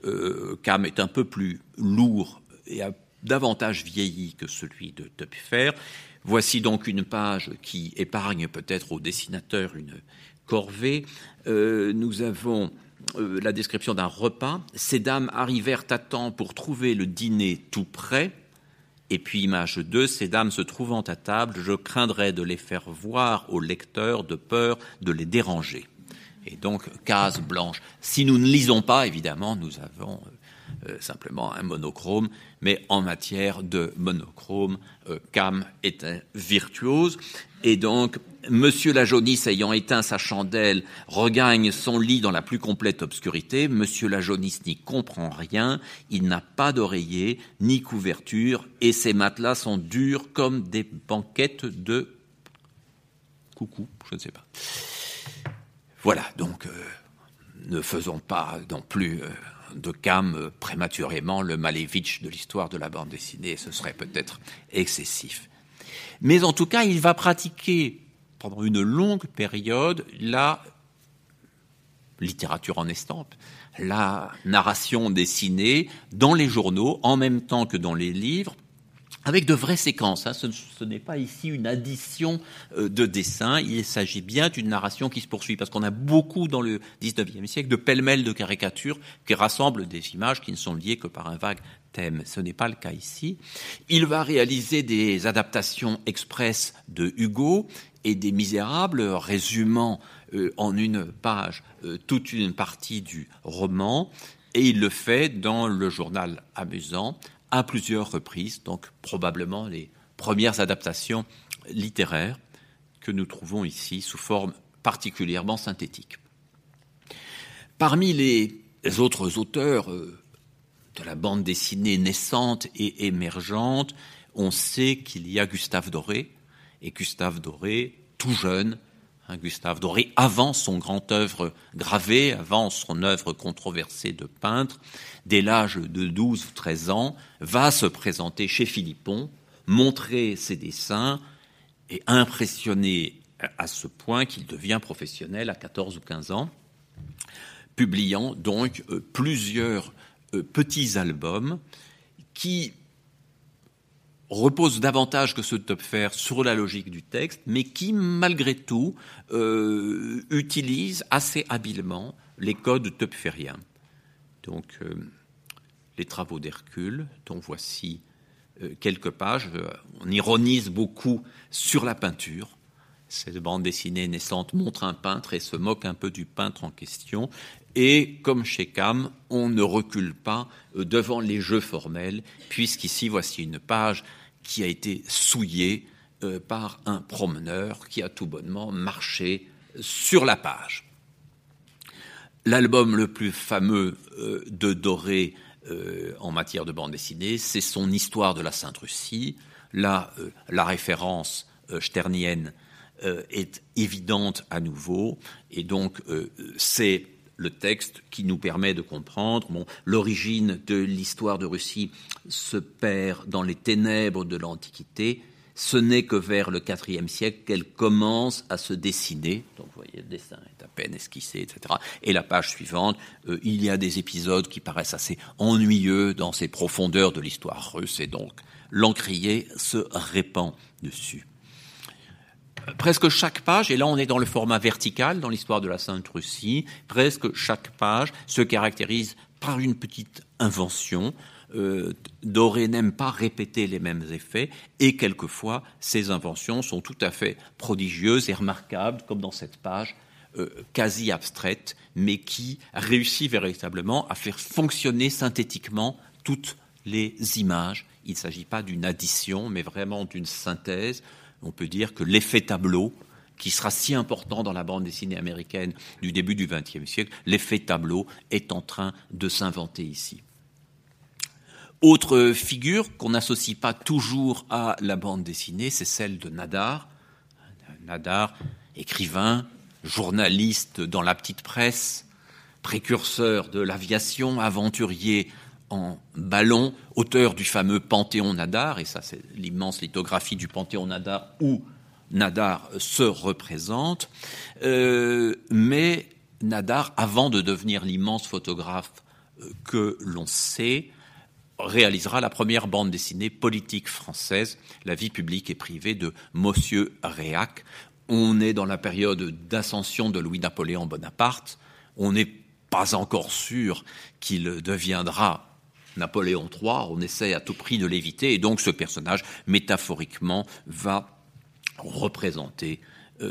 Cam est un peu plus lourd et a davantage vieilli que celui de Töpffer. Voici donc une page qui épargne peut-être au dessinateur une corvée. Nous avons la description d'un repas. Ces dames arrivèrent à temps pour trouver le dîner tout prêt. Et puis, image 2, ces dames se trouvant à table, je craindrais de les faire voir au lecteur de peur de les déranger. Et donc, case blanche. Si nous ne lisons pas, évidemment, nous avons simplement un monochrome, mais en matière de monochrome, Cam est un virtuose. Et donc, Monsieur la jaunisse, ayant éteint sa chandelle, regagne son lit dans la plus complète obscurité. Monsieur la jaunisse n'y comprend rien, il n'a pas d'oreiller, ni couverture, et ses matelas sont durs comme des banquettes de coucou, je ne sais pas. Voilà, donc ne faisons pas non plus de Cam prématurément le Malevitch de l'histoire de la bande dessinée, ce serait peut-être excessif. Mais en tout cas, il va pratiquer pendant une longue période la littérature en estampe, la narration dessinée dans les journaux en même temps que dans les livres, avec de vraies séquences. Ce n'est pas ici une addition de dessins, il s'agit bien d'une narration qui se poursuit, parce qu'on a beaucoup dans le XIXe siècle de pêle-mêle de caricatures qui rassemblent des images qui ne sont liées que par un vague thème. Ce n'est pas le cas ici. Il va réaliser des adaptations express de Hugo et des Misérables, résumant en une page toute une partie du roman, et il le fait dans le journal amusant à plusieurs reprises, donc probablement les premières adaptations littéraires que nous trouvons ici sous forme particulièrement synthétique. Parmi les autres auteurs de la bande dessinée naissante et émergente, on sait qu'il y a Gustave Doré, et Gustave Doré, tout jeune, Gustave Doré, avant son grand œuvre gravée, avant son œuvre controversée de peintre, dès l'âge de 12 ou 13 ans, va se présenter chez Philippon, montrer ses dessins et impressionner à ce point qu'il devient professionnel à 14 ou 15 ans, publiant donc plusieurs petits albums qui repose davantage que ceux de Töpffer sur la logique du texte, mais qui, malgré tout, utilise assez habilement les codes töpfériens. Donc, les travaux d'Hercule, dont voici quelques pages, on ironise beaucoup sur la peinture. Cette bande dessinée naissante montre un peintre et se moque un peu du peintre en question. Et comme chez Cam, on ne recule pas devant les jeux formels, puisqu'ici, voici une page qui a été souillée par un promeneur qui a tout bonnement marché sur la page. L'album le plus fameux de Doré en matière de bande dessinée, c'est son Histoire de la Sainte-Russie. Là, la référence sternienne est évidente à nouveau, et donc c'est le texte qui nous permet de comprendre. L'origine de l'histoire de Russie se perd dans les ténèbres de l'Antiquité. Ce n'est que vers le IVe siècle qu'elle commence à se dessiner. Donc, vous voyez, le dessin est à peine esquissé, etc. Et la page suivante, il y a des épisodes qui paraissent assez ennuyeux dans ces profondeurs de l'histoire russe, et donc l'encrier se répand dessus. Presque chaque page, et là on est dans le format vertical dans l'histoire de la Sainte Russie, presque chaque page se caractérise par une petite invention. Doré n'aime pas répéter les mêmes effets, et quelquefois ces inventions sont tout à fait prodigieuses et remarquables, comme dans cette page quasi abstraite, mais qui réussit véritablement à faire fonctionner synthétiquement toutes les images. Il ne s'agit pas d'une addition, mais vraiment d'une synthèse. On peut dire que l'effet tableau, qui sera si important dans la bande dessinée américaine du début du XXe siècle, l'effet tableau est en train de s'inventer ici. Autre figure qu'on n'associe pas toujours à la bande dessinée, c'est celle de Nadar. Nadar, écrivain, journaliste dans la petite presse, précurseur de l'aviation, aventurier en ballon, auteur du fameux Panthéon Nadar, et ça c'est l'immense lithographie du Panthéon Nadar où Nadar se représente. Mais Nadar, avant de devenir l'immense photographe que l'on sait, réalisera la première bande dessinée politique française, La vie publique et privée de Monsieur Réac. On est dans la période d'ascension de Louis-Napoléon Bonaparte. On n'est pas encore sûr qu'il deviendra Napoléon III. On essaie à tout prix de l'éviter. Et donc ce personnage, métaphoriquement, va représenter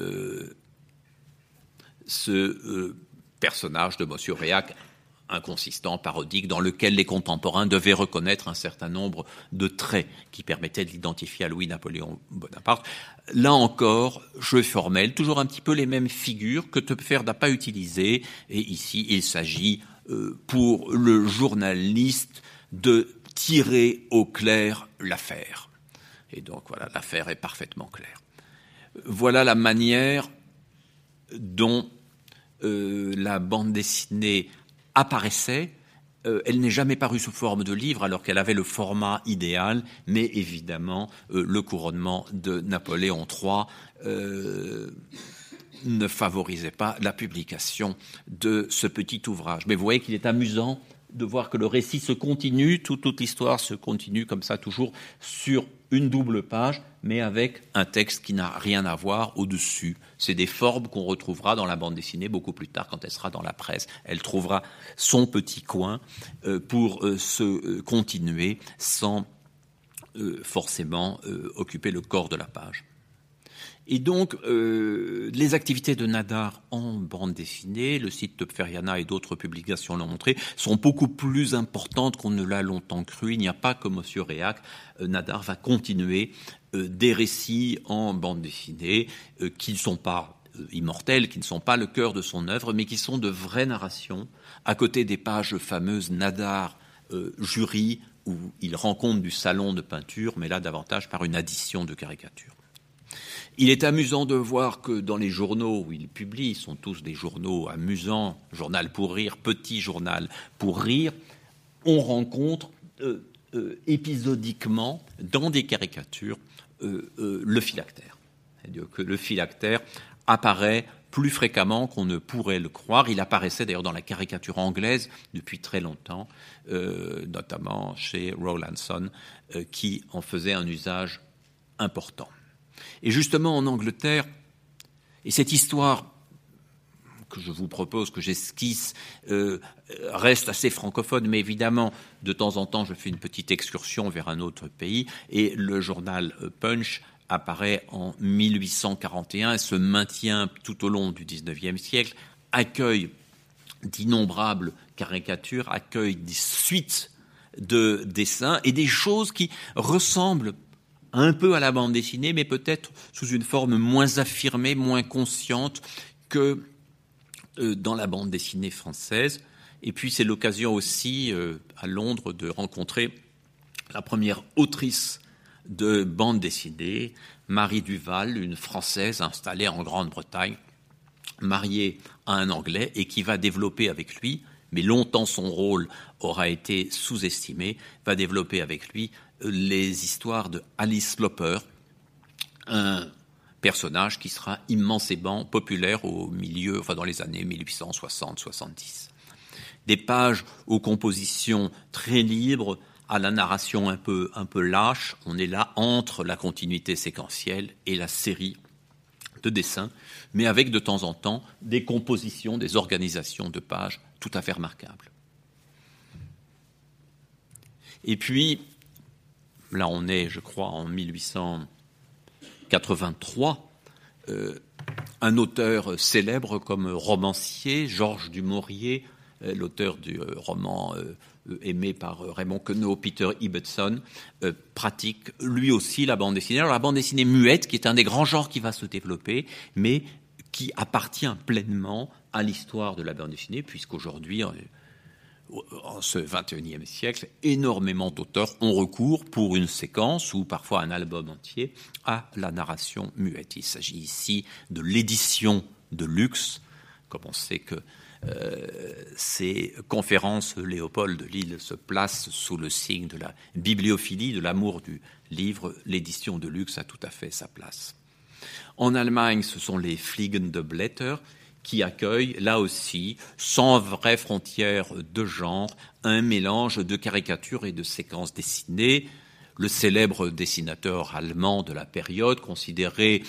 ce personnage de Monsieur Réac, inconsistant, parodique, dans lequel les contemporains devaient reconnaître un certain nombre de traits qui permettaient de l'identifier à Louis-Napoléon Bonaparte. Là encore, jeu formel, toujours un petit peu les mêmes figures que Töpffer n'a pas utilisées. Et ici, il s'agit pour le journaliste de tirer au clair l'affaire. Et donc voilà, l'affaire est parfaitement claire. Voilà la manière dont la bande dessinée apparaissait. Elle n'est jamais parue sous forme de livre alors qu'elle avait le format idéal, mais évidemment le couronnement de Napoléon III ne favorisait pas la publication de ce petit ouvrage. Mais vous voyez qu'il est amusant de voir que le récit se continue, toute l'histoire se continue comme ça, toujours sur une double page, mais avec un texte qui n'a rien à voir au-dessus. C'est des formes qu'on retrouvera dans la bande dessinée beaucoup plus tard, quand elle sera dans la presse. Elle trouvera son petit coin pour se continuer sans forcément occuper le corps de la page. Et donc, les activités de Nadar en bande dessinée, le site Töpferiana et d'autres publications l'ont montré, sont beaucoup plus importantes qu'on ne l'a longtemps cru. Il n'y a pas que Monsieur Réac. Nadar va continuer des récits en bande dessinée qui ne sont pas immortels, qui ne sont pas le cœur de son œuvre, mais qui sont de vraies narrations, à côté des pages fameuses Nadar jury, où il rend compte du salon de peinture, mais là davantage par une addition de caricatures. Il est amusant de voir que dans les journaux où il publie, sont tous des journaux amusants, journal pour rire, petit journal pour rire, on rencontre épisodiquement dans des caricatures le phylactère. C'est-à-dire que le phylactère apparaît plus fréquemment qu'on ne pourrait le croire. Il apparaissait d'ailleurs dans la caricature anglaise depuis très longtemps, notamment chez Rowlandson, qui en faisait un usage important. Et justement en Angleterre, et cette histoire que je vous propose, que j'esquisse, reste assez francophone, mais évidemment, de temps en temps, je fais une petite excursion vers un autre pays, et le journal Punch apparaît en 1841 et se maintient tout au long du XIXe siècle, accueille d'innombrables caricatures, accueille des suites de dessins et des choses qui ressemblent un peu à la bande dessinée, mais peut-être sous une forme moins affirmée, moins consciente que dans la bande dessinée française. Et puis c'est l'occasion aussi à Londres de rencontrer la première autrice de bande dessinée, Marie Duval, une Française installée en Grande-Bretagne, mariée à un Anglais et qui va développer avec lui, mais longtemps son rôle aura été sous-estimé, va développer avec lui les histoires de Alice Loper, un personnage qui sera immensément populaire dans les années 1860-70. Des pages aux compositions très libres, à la narration un peu lâche. On est là entre la continuité séquentielle et la série de dessins, mais avec de temps en temps des compositions, des organisations de pages tout à fait remarquables. Et puis, là on est, je crois, en 1883, un auteur célèbre comme romancier, Georges du Maurier, l'auteur du roman aimé par Raymond Queneau, Peter Ibbotson, pratique lui aussi la bande dessinée. Alors la bande dessinée muette, qui est un des grands genres qui va se développer, mais qui appartient pleinement à l'histoire de la bande dessinée, puisqu'aujourd'hui, en ce XXIe siècle, énormément d'auteurs ont recours pour une séquence ou parfois un album entier à la narration muette. Il s'agit ici de l'édition de luxe, comme on sait que ces conférences Léopold de Lille se placent sous le signe de la bibliophilie, de l'amour du livre. L'édition de luxe a tout à fait sa place. En Allemagne, ce sont les Fliegende Blätter qui accueillent, là aussi, sans vraie frontière de genre, un mélange de caricatures et de séquences dessinées. Le célèbre dessinateur allemand de la période, considéré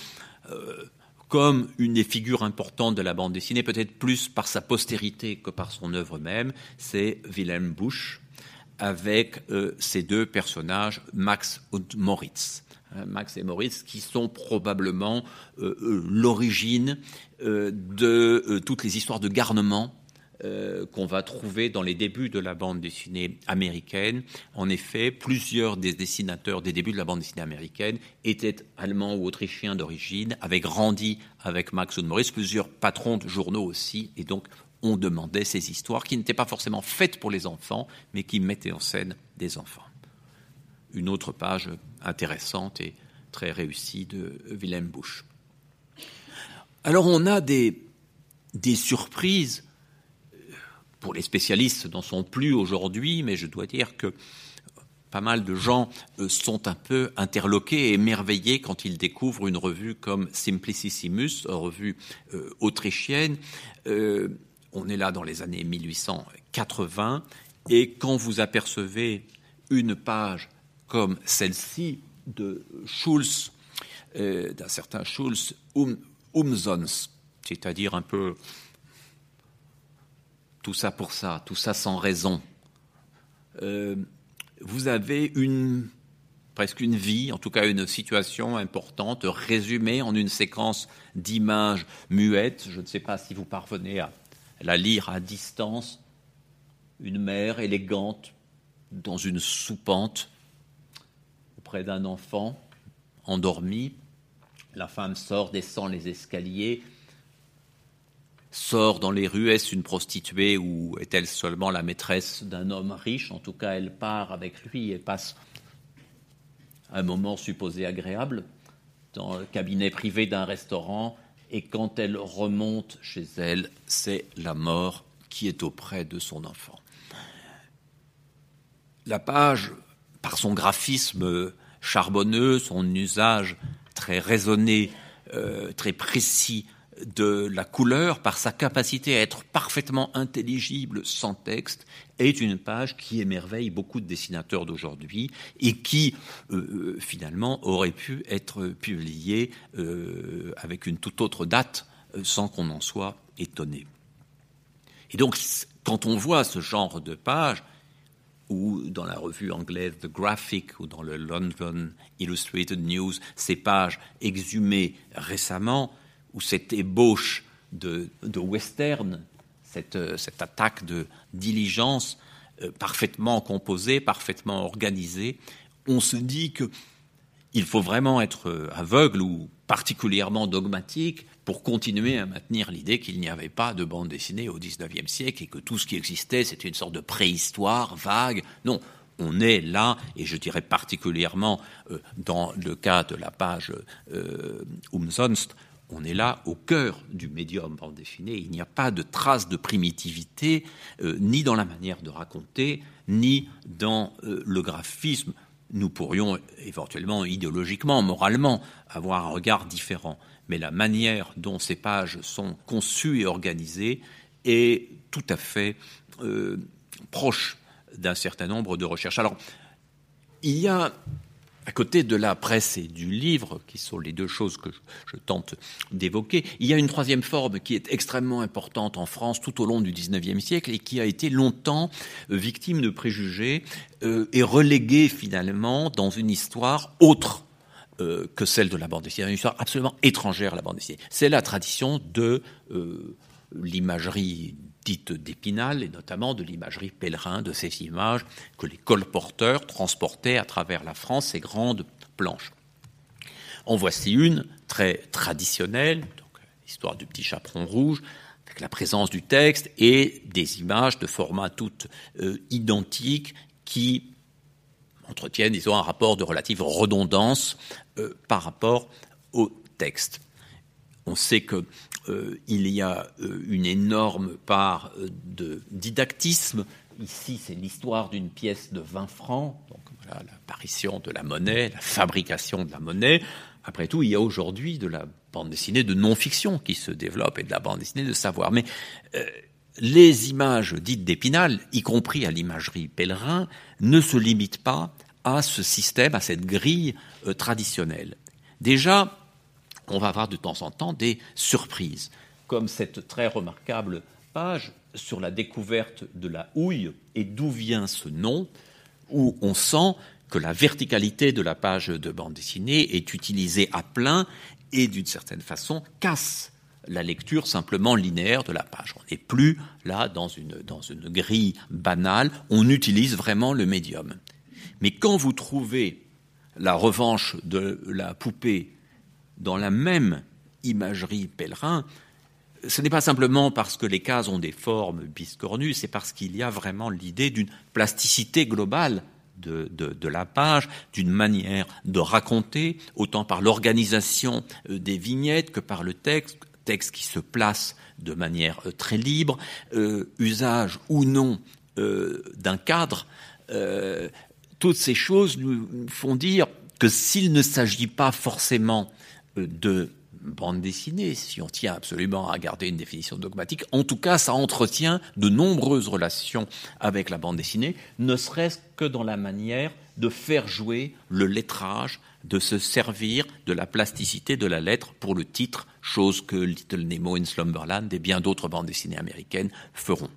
comme une des figures importantes de la bande dessinée, peut-être plus par sa postérité que par son œuvre même, c'est Wilhelm Busch, avec ces deux personnages, Max et Moritz. Max et Moritz, qui sont probablement l'origine de toutes les histoires de garnement qu'on va trouver dans les débuts de la bande dessinée américaine. En effet, plusieurs des dessinateurs des débuts de la bande dessinée américaine étaient allemands ou autrichiens d'origine, avaient grandi avec Max und Moritz, plusieurs patrons de journaux aussi, et donc on demandait ces histoires qui n'étaient pas forcément faites pour les enfants, mais qui mettaient en scène des enfants. Une autre page intéressante et très réussie de Wilhelm Busch. Alors on a des surprises. Pour les spécialistes, n'en sont plus aujourd'hui, mais je dois dire que pas mal de gens sont un peu interloqués et émerveillés quand ils découvrent une revue comme Simplicissimus, revue autrichienne. On est là dans les années 1880, et quand vous apercevez une page comme celle-ci de Schulz, d'un certain Schulz umsonst, c'est-à-dire un peu tout ça pour ça, tout ça sans raison. Vous avez presque une vie, en tout cas une situation importante, résumée en une séquence d'images muettes. Je ne sais pas si vous parvenez à la lire à distance. Une mère élégante dans une soupente auprès d'un enfant endormi. La femme sort, descend les escaliers, sort dans les rues. Est-ce une prostituée ou est-elle seulement la maîtresse d'un homme riche? En tout cas, elle part avec lui et passe un moment supposé agréable dans le cabinet privé d'un restaurant. Et quand elle remonte chez elle, c'est la mort qui est auprès de son enfant. La page, par son graphisme charbonneux, son usage très raisonné, très précis de la couleur, par sa capacité à être parfaitement intelligible sans texte, est une page qui émerveille beaucoup de dessinateurs d'aujourd'hui et qui, finalement, aurait pu être publiée avec une toute autre date sans qu'on en soit étonné. Et donc, quand on voit ce genre de page, ou dans la revue anglaise The Graphic, ou dans le London Illustrated News, ces pages exhumées récemment, ou cette ébauche de western, cette attaque de diligence parfaitement composée, parfaitement organisée, on se dit qu'il faut vraiment être aveugle ou particulièrement dogmatique pour continuer à maintenir l'idée qu'il n'y avait pas de bande dessinée au XIXe siècle et que tout ce qui existait, c'était une sorte de préhistoire vague. Non, On est là, et je dirais particulièrement dans le cas de la page Umsonst, on est là au cœur du médium bande dessinée. Il n'y a pas de trace de primitivité, ni dans la manière de raconter, ni dans le graphisme. Nous pourrions éventuellement, idéologiquement, moralement, avoir un regard différent. Mais la manière dont ces pages sont conçues et organisées est tout à fait proche d'un certain nombre de recherches. Alors, il y a, à côté de la presse et du livre, qui sont les deux choses que je tente d'évoquer, il y a une troisième forme qui est extrêmement importante en France tout au long du XIXe siècle et qui a été longtemps victime de préjugés et reléguée finalement dans une histoire autre que celle de la bande dessinée, une histoire absolument étrangère à la bande dessinée. C'est la tradition de l'imagerie dite d'Épinal, et notamment de l'imagerie pèlerin, de ces images que les colporteurs transportaient à travers la France, ces grandes planches. En voici une très traditionnelle, donc l'histoire du petit chaperon rouge, avec la présence du texte et des images de format toutes identiques qui entretiennent, disons, un rapport de relative redondance par rapport au texte. On sait que il y a une énorme part de didactisme. Ici, c'est l'histoire d'une pièce de 20 francs, donc voilà, l'apparition de la monnaie, la fabrication de la monnaie. Après tout, il y a aujourd'hui de la bande dessinée de non-fiction qui se développe et de la bande dessinée de savoir. Mais les images dites d'Épinal, y compris à l'imagerie pèlerin, ne se limitent pas à ce système, à cette grille traditionnelle. Déjà, on va avoir de temps en temps des surprises, comme cette très remarquable page sur la découverte de la houille et d'où vient ce nom, où on sent que la verticalité de la page de bande dessinée est utilisée à plein et d'une certaine façon casse la lecture simplement linéaire de la page. On n'est plus là dans une grille banale, on utilise vraiment le médium. Mais quand vous trouvez la revanche de la poupée dans la même imagerie pèlerin, ce n'est pas simplement parce que les cases ont des formes biscornues, c'est parce qu'il y a vraiment l'idée d'une plasticité globale de la page, d'une manière de raconter, autant par l'organisation des vignettes que par le texte qui se place de manière très libre, usage ou non d'un cadre. Toutes ces choses nous font dire que s'il ne s'agit pas forcément de bande dessinée, si on tient absolument à garder une définition dogmatique, en tout cas, ça entretient de nombreuses relations avec la bande dessinée, ne serait-ce que dans la manière de faire jouer le lettrage, de se servir de la plasticité de la lettre pour le titre, chose que Little Nemo in Slumberland et bien d'autres bandes dessinées américaines feront.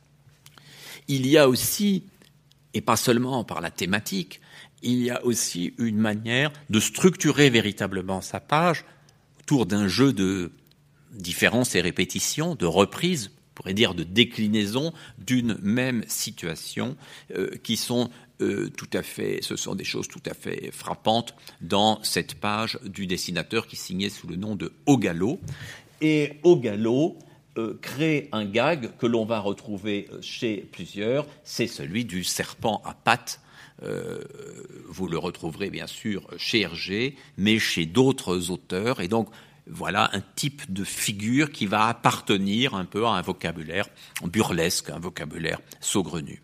Il y a aussi, et pas seulement par la thématique, il y a aussi une manière de structurer véritablement sa page autour d'un jeu de différence et répétition, de reprise, on pourrait dire de déclinaison d'une même situation, qui sont tout à fait, ce sont des choses tout à fait frappantes dans cette page du dessinateur qui signait sous le nom de Ogalo. Et Ogalo crée un gag que l'on va retrouver chez plusieurs, c'est celui du serpent à pattes. Vous le retrouverez bien sûr chez Hergé, mais chez d'autres auteurs. Et donc, voilà un type de figure qui va appartenir un peu à un vocabulaire burlesque, un vocabulaire saugrenu.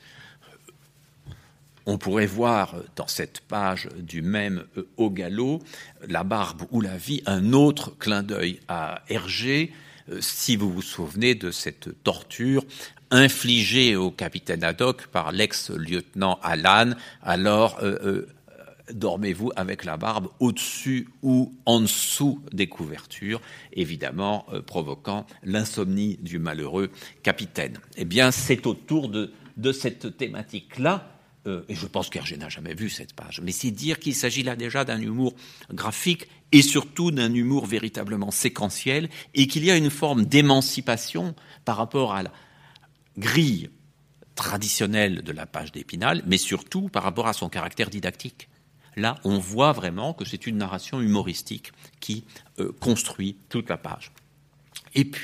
On pourrait voir dans cette page du même Ogalo, La barbe ou la vie, un autre clin d'œil à Hergé, si vous vous souvenez de cette torture infligée au capitaine Haddock par l'ex-lieutenant Allan, alors dormez-vous avec la barbe au-dessus ou en dessous des couvertures, évidemment provoquant l'insomnie du malheureux capitaine. Eh bien, c'est autour de cette thématique-là, et je pense qu'Hergé n'a jamais vu cette page, mais c'est dire qu'il s'agit là déjà d'un humour graphique et surtout d'un humour véritablement séquentiel, et qu'il y a une forme d'émancipation par rapport à la grille traditionnelle de la page d'Épinal, mais surtout par rapport à son caractère didactique. Là, on voit vraiment que c'est une narration humoristique qui construit toute la page. Et puis,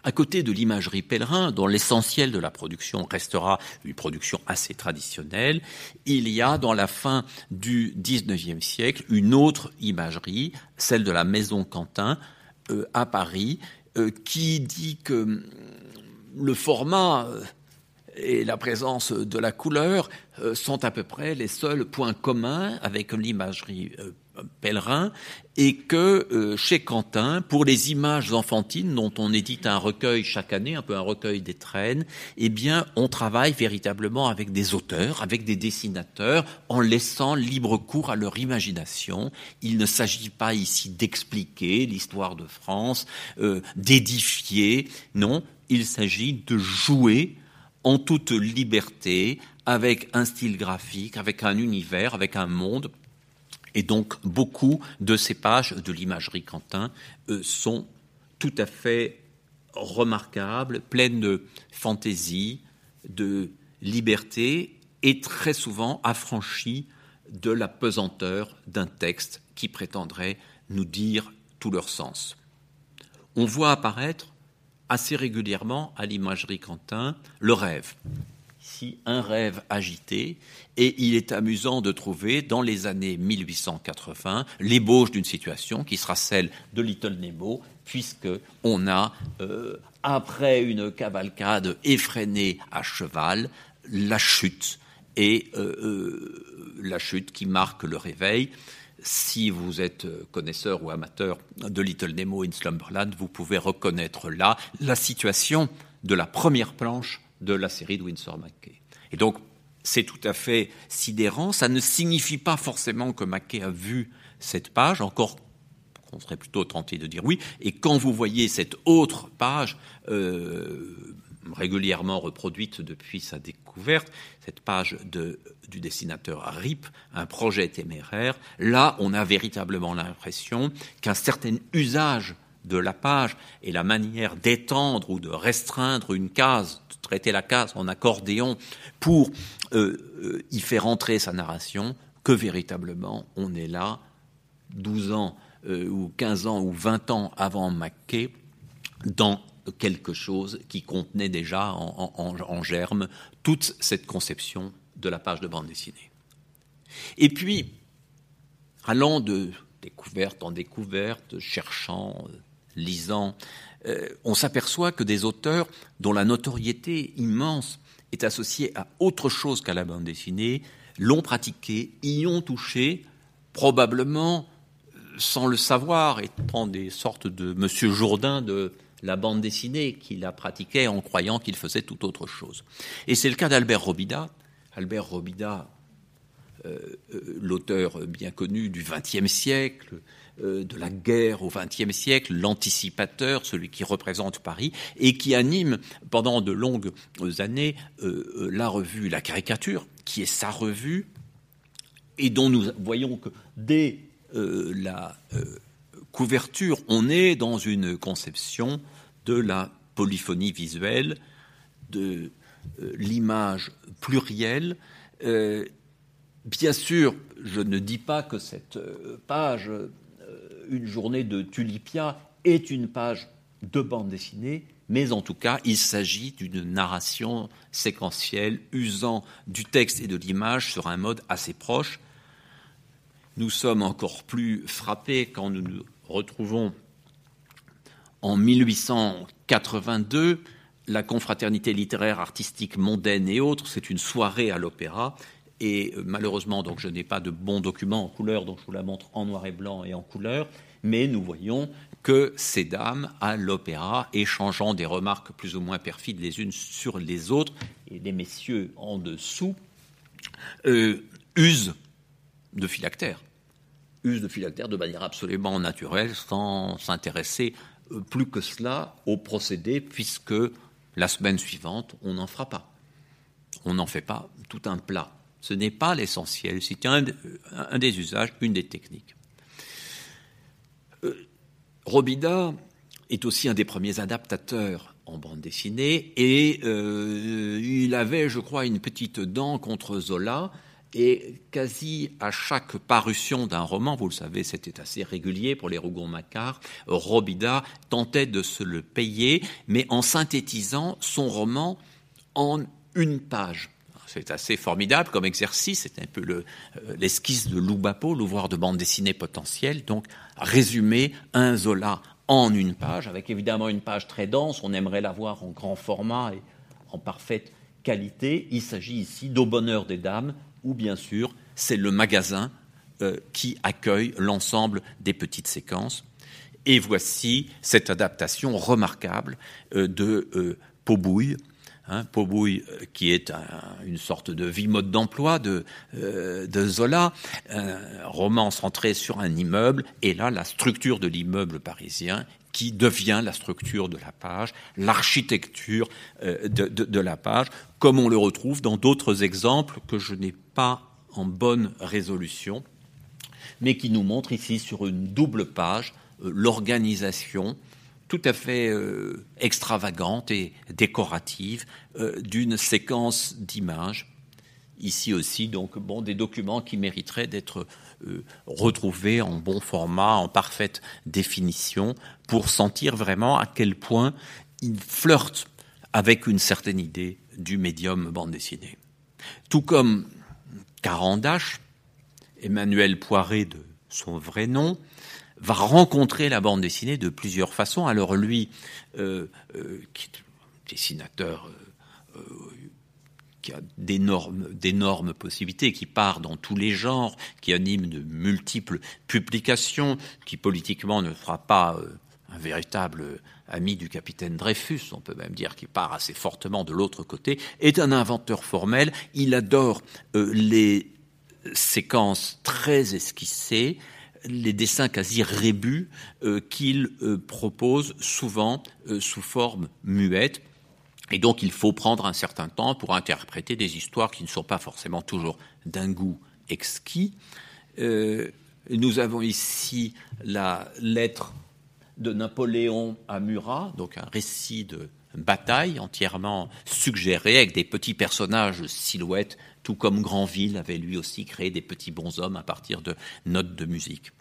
À côté de l'imagerie pèlerin, dont l'essentiel de la production restera une production assez traditionnelle, il y a dans la fin du XIXe siècle une autre imagerie, celle de la Maison Quentin à Paris, qui dit que le format et la présence de la couleur sont à peu près les seuls points communs avec l'imagerie pèlerin, et que chez Quentin, pour les images enfantines dont on édite un recueil chaque année, un peu un recueil d'étrennes, eh bien on travaille véritablement avec des auteurs, avec des dessinateurs, en laissant libre cours à leur imagination. Il ne s'agit pas ici d'expliquer l'histoire de France, d'édifier, non, il s'agit de jouer en toute liberté, avec un style graphique, avec un univers, avec un monde. Et donc, beaucoup de ces pages de l'imagerie Quentin sont tout à fait remarquables, pleines de fantaisie, de liberté, et très souvent affranchies de la pesanteur d'un texte qui prétendrait nous dire tout leur sens. On voit apparaître assez régulièrement à l'imagerie Quentin le rêve. Ici, un rêve agité, et il est amusant de trouver dans les années 1880 l'ébauche d'une situation qui sera celle de Little Nemo, puisque on a, après une cavalcade effrénée à cheval, la chute, et la chute qui marque le réveil. Si vous êtes connaisseur ou amateur de Little Nemo in Slumberland, vous pouvez reconnaître là la situation de la première planche de la série de Winsor McCay. Et donc, c'est tout à fait sidérant. Ça ne signifie pas forcément que McCay a vu cette page, encore qu'on serait plutôt tenté de dire oui. Et quand vous voyez cette autre page, régulièrement reproduite depuis sa découverte, cette page du dessinateur Rip, un projet téméraire, là, on a véritablement l'impression qu'un certain usage de la page et la manière d'étendre ou de restreindre une case, de traiter la case en accordéon pour y faire entrer sa narration, que véritablement on est là 12 ans ou 15 ans ou 20 ans avant McCay dans quelque chose qui contenait déjà en germe toute cette conception de la page de bande dessinée. Et puis, allant de découverte en découverte, cherchant, lisant, on s'aperçoit que des auteurs dont la notoriété immense est associée à autre chose qu'à la bande dessinée l'ont pratiquée, y ont touché, probablement sans le savoir, étant des sortes de Monsieur Jourdain de la bande dessinée qui la pratiquait en croyant qu'il faisait tout autre chose. Et c'est le cas d'Albert Robida. Albert Robida, l'auteur bien connu du XXe siècle, de la guerre au XXe siècle, l'anticipateur, celui qui représente Paris, et qui anime pendant de longues années la revue La Caricature, qui est sa revue, et dont nous voyons que dès la couverture, on est dans une conception de la polyphonie visuelle, de l'image plurielle. Bien sûr, je ne dis pas que cette page, Une journée de Tulipia, est une page de bande dessinée, mais en tout cas, il s'agit d'une narration séquentielle usant du texte et de l'image sur un mode assez proche. Nous sommes encore plus frappés quand nous nous retrouvons en 1882, la confraternité littéraire, artistique, mondaine et autres, c'est une soirée à l'opéra. Et malheureusement, donc, je n'ai pas de bons documents en couleur, donc je vous la montre en noir et blanc et en couleur. Mais nous voyons que ces dames, à l'opéra, échangeant des remarques plus ou moins perfides les unes sur les autres, et les messieurs en dessous, usent de phylactère de manière absolument naturelle, sans s'intéresser plus que cela au procédé, puisque la semaine suivante, on n'en fera pas. On n'en fait pas tout un plat. Ce n'est pas l'essentiel, c'est un des usages, une des techniques. Robida est aussi un des premiers adaptateurs en bande dessinée, et il avait, je crois, une petite dent contre Zola, Et quasi à chaque parution d'un roman, vous le savez, c'était assez régulier pour les Rougon-Macquart, Robida tentait de se le payer, mais en synthétisant son roman en une page. C'est assez formidable comme exercice, c'est un peu l'esquisse de Loubapo, l'ouvreur de bande dessinée potentiel, donc résumer un Zola en une page, avec évidemment une page très dense, on aimerait l'avoir en grand format et en parfaite qualité. Il s'agit ici d'Au bonheur des dames, où bien sûr c'est le magasin qui accueille l'ensemble des petites séquences. Et voici cette adaptation remarquable de Paubouille, Paubouille qui est une sorte de vie mode d'emploi de Zola, un roman centré sur un immeuble, et là la structure de l'immeuble parisien qui devient la structure de la page, l'architecture de la page, comme on le retrouve dans d'autres exemples que je n'ai pas en bonne résolution, mais qui nous montrent ici sur une double page l'organisation tout à fait extravagante et décorative d'une séquence d'images. Ici aussi, donc, des documents qui mériteraient d'être retrouvés en bon format, en parfaite définition, pour sentir vraiment à quel point il flirte avec une certaine idée du médium bande dessinée. Tout comme Carandache, Emmanuel Poiré de son vrai nom, va rencontrer la bande dessinée de plusieurs façons. Alors lui, qui est dessinateur qui a d'énormes possibilités, qui part dans tous les genres, qui anime de multiples publications, qui politiquement ne fera pas un véritable ami du capitaine Dreyfus, on peut même dire qu'il part assez fortement de l'autre côté, est un inventeur formel. Il adore les séquences très esquissées, les dessins quasi rébus qu'il propose souvent sous forme muette. Et donc il faut prendre un certain temps pour interpréter des histoires qui ne sont pas forcément toujours d'un goût exquis. Nous avons ici la lettre de Napoléon à Murat, donc un récit de bataille entièrement suggéré avec des petits personnages silhouettes, tout comme Granville avait lui aussi créé des petits bonshommes à partir de notes de musique.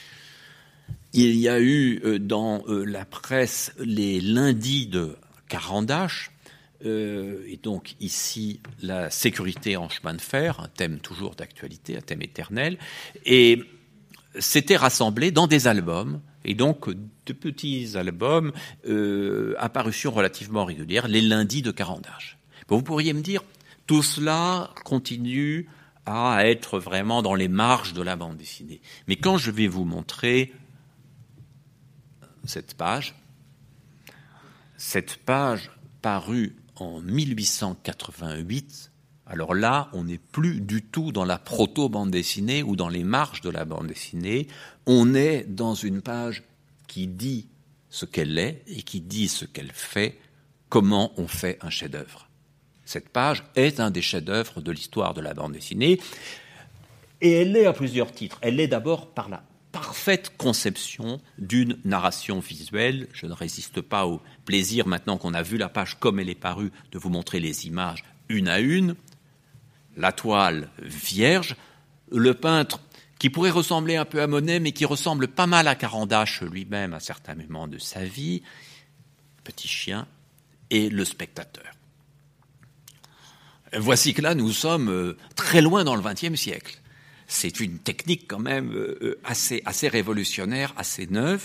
Il y a eu dans la presse les lundis de Carandache, et donc ici la sécurité en chemin de fer, un thème toujours d'actualité, un thème éternel, et c'était rassemblé dans des albums, et donc de petits albums à parution relativement régulière, les lundis de Carandache. Bon, vous pourriez me dire, tout cela continue à être vraiment dans les marges de la bande dessinée. Mais quand je vais vous montrer cette page parue en 1888, alors là, on n'est plus du tout dans la proto-bande dessinée ou dans les marges de la bande dessinée. On est dans une page qui dit ce qu'elle est et qui dit ce qu'elle fait, comment on fait un chef-d'œuvre. Cette page est un des chefs-d'œuvre de l'histoire de la bande dessinée, et elle l'est à plusieurs titres. Elle l'est d'abord par la parfaite conception d'une narration visuelle. Je ne résiste pas au plaisir, maintenant qu'on a vu la page comme elle est parue, de vous montrer les images une à une. La toile vierge, le peintre qui pourrait ressembler un peu à Monet, mais qui ressemble pas mal à Carandache lui-même à certains moments de sa vie, petit chien, et le spectateur. Voici que là, nous sommes très loin dans le XXe siècle. C'est une technique quand même assez révolutionnaire, assez neuve.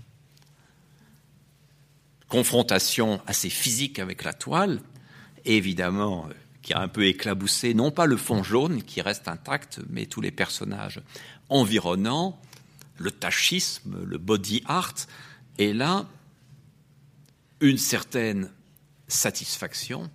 Confrontation assez physique avec la toile, et évidemment qui a un peu éclaboussé, non pas le fond jaune qui reste intact, mais tous les personnages environnants, le tachisme, le body art, et là, une certaine satisfaction.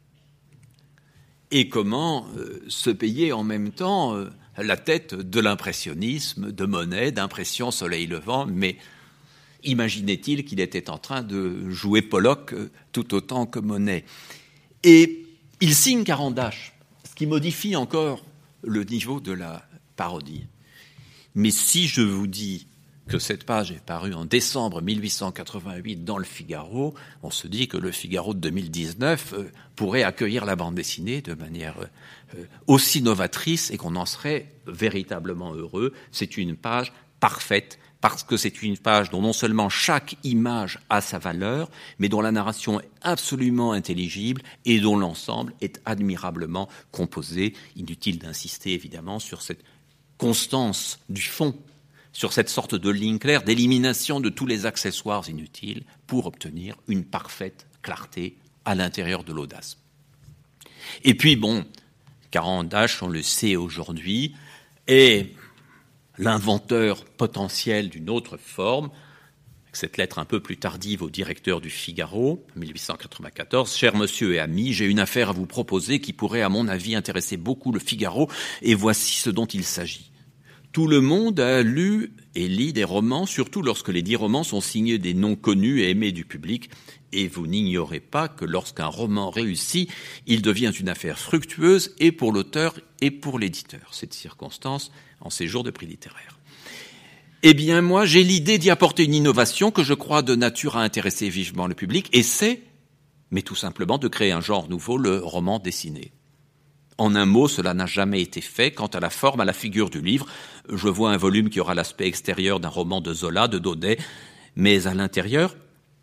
Et comment se payer en même temps la tête de l'impressionnisme, de Monet, d'impression soleil levant, mais imaginait-il qu'il était en train de jouer Pollock tout autant que Monet. Et il signe Carandache, ce qui modifie encore le niveau de la parodie. Mais si je vous dis que cette page est parue en décembre 1888 dans le Figaro, on se dit que le Figaro de 2019 pourrait accueillir la bande dessinée de manière aussi novatrice et qu'on en serait véritablement heureux. C'est une page parfaite parce que c'est une page dont non seulement chaque image a sa valeur, mais dont la narration est absolument intelligible et dont l'ensemble est admirablement composé. Inutile d'insister évidemment sur cette constance du fond, sur cette sorte de ligne claire, d'élimination de tous les accessoires inutiles pour obtenir une parfaite clarté à l'intérieur de l'audace. Et puis bon, Caran d'Ache, on le sait aujourd'hui, est l'inventeur potentiel d'une autre forme. Avec cette lettre un peu plus tardive au directeur du Figaro, 1894, « Cher monsieur et ami, j'ai une affaire à vous proposer qui pourrait, à mon avis, intéresser beaucoup le Figaro, et voici ce dont il s'agit. Tout le monde a lu et lit des romans, surtout lorsque les 10 romans sont signés des noms connus et aimés du public. Et vous n'ignorez pas que lorsqu'un roman réussit, il devient une affaire fructueuse et pour l'auteur et pour l'éditeur. Cette circonstance en ces jours de prix littéraires. Eh bien, moi, j'ai l'idée d'y apporter une innovation que je crois de nature à intéresser vivement le public, et c'est, mais tout simplement, de créer un genre nouveau, le roman dessiné. En un mot, cela n'a jamais été fait. Quant à la forme, à la figure du livre, je vois un volume qui aura l'aspect extérieur d'un roman de Zola, de Daudet, mais à l'intérieur,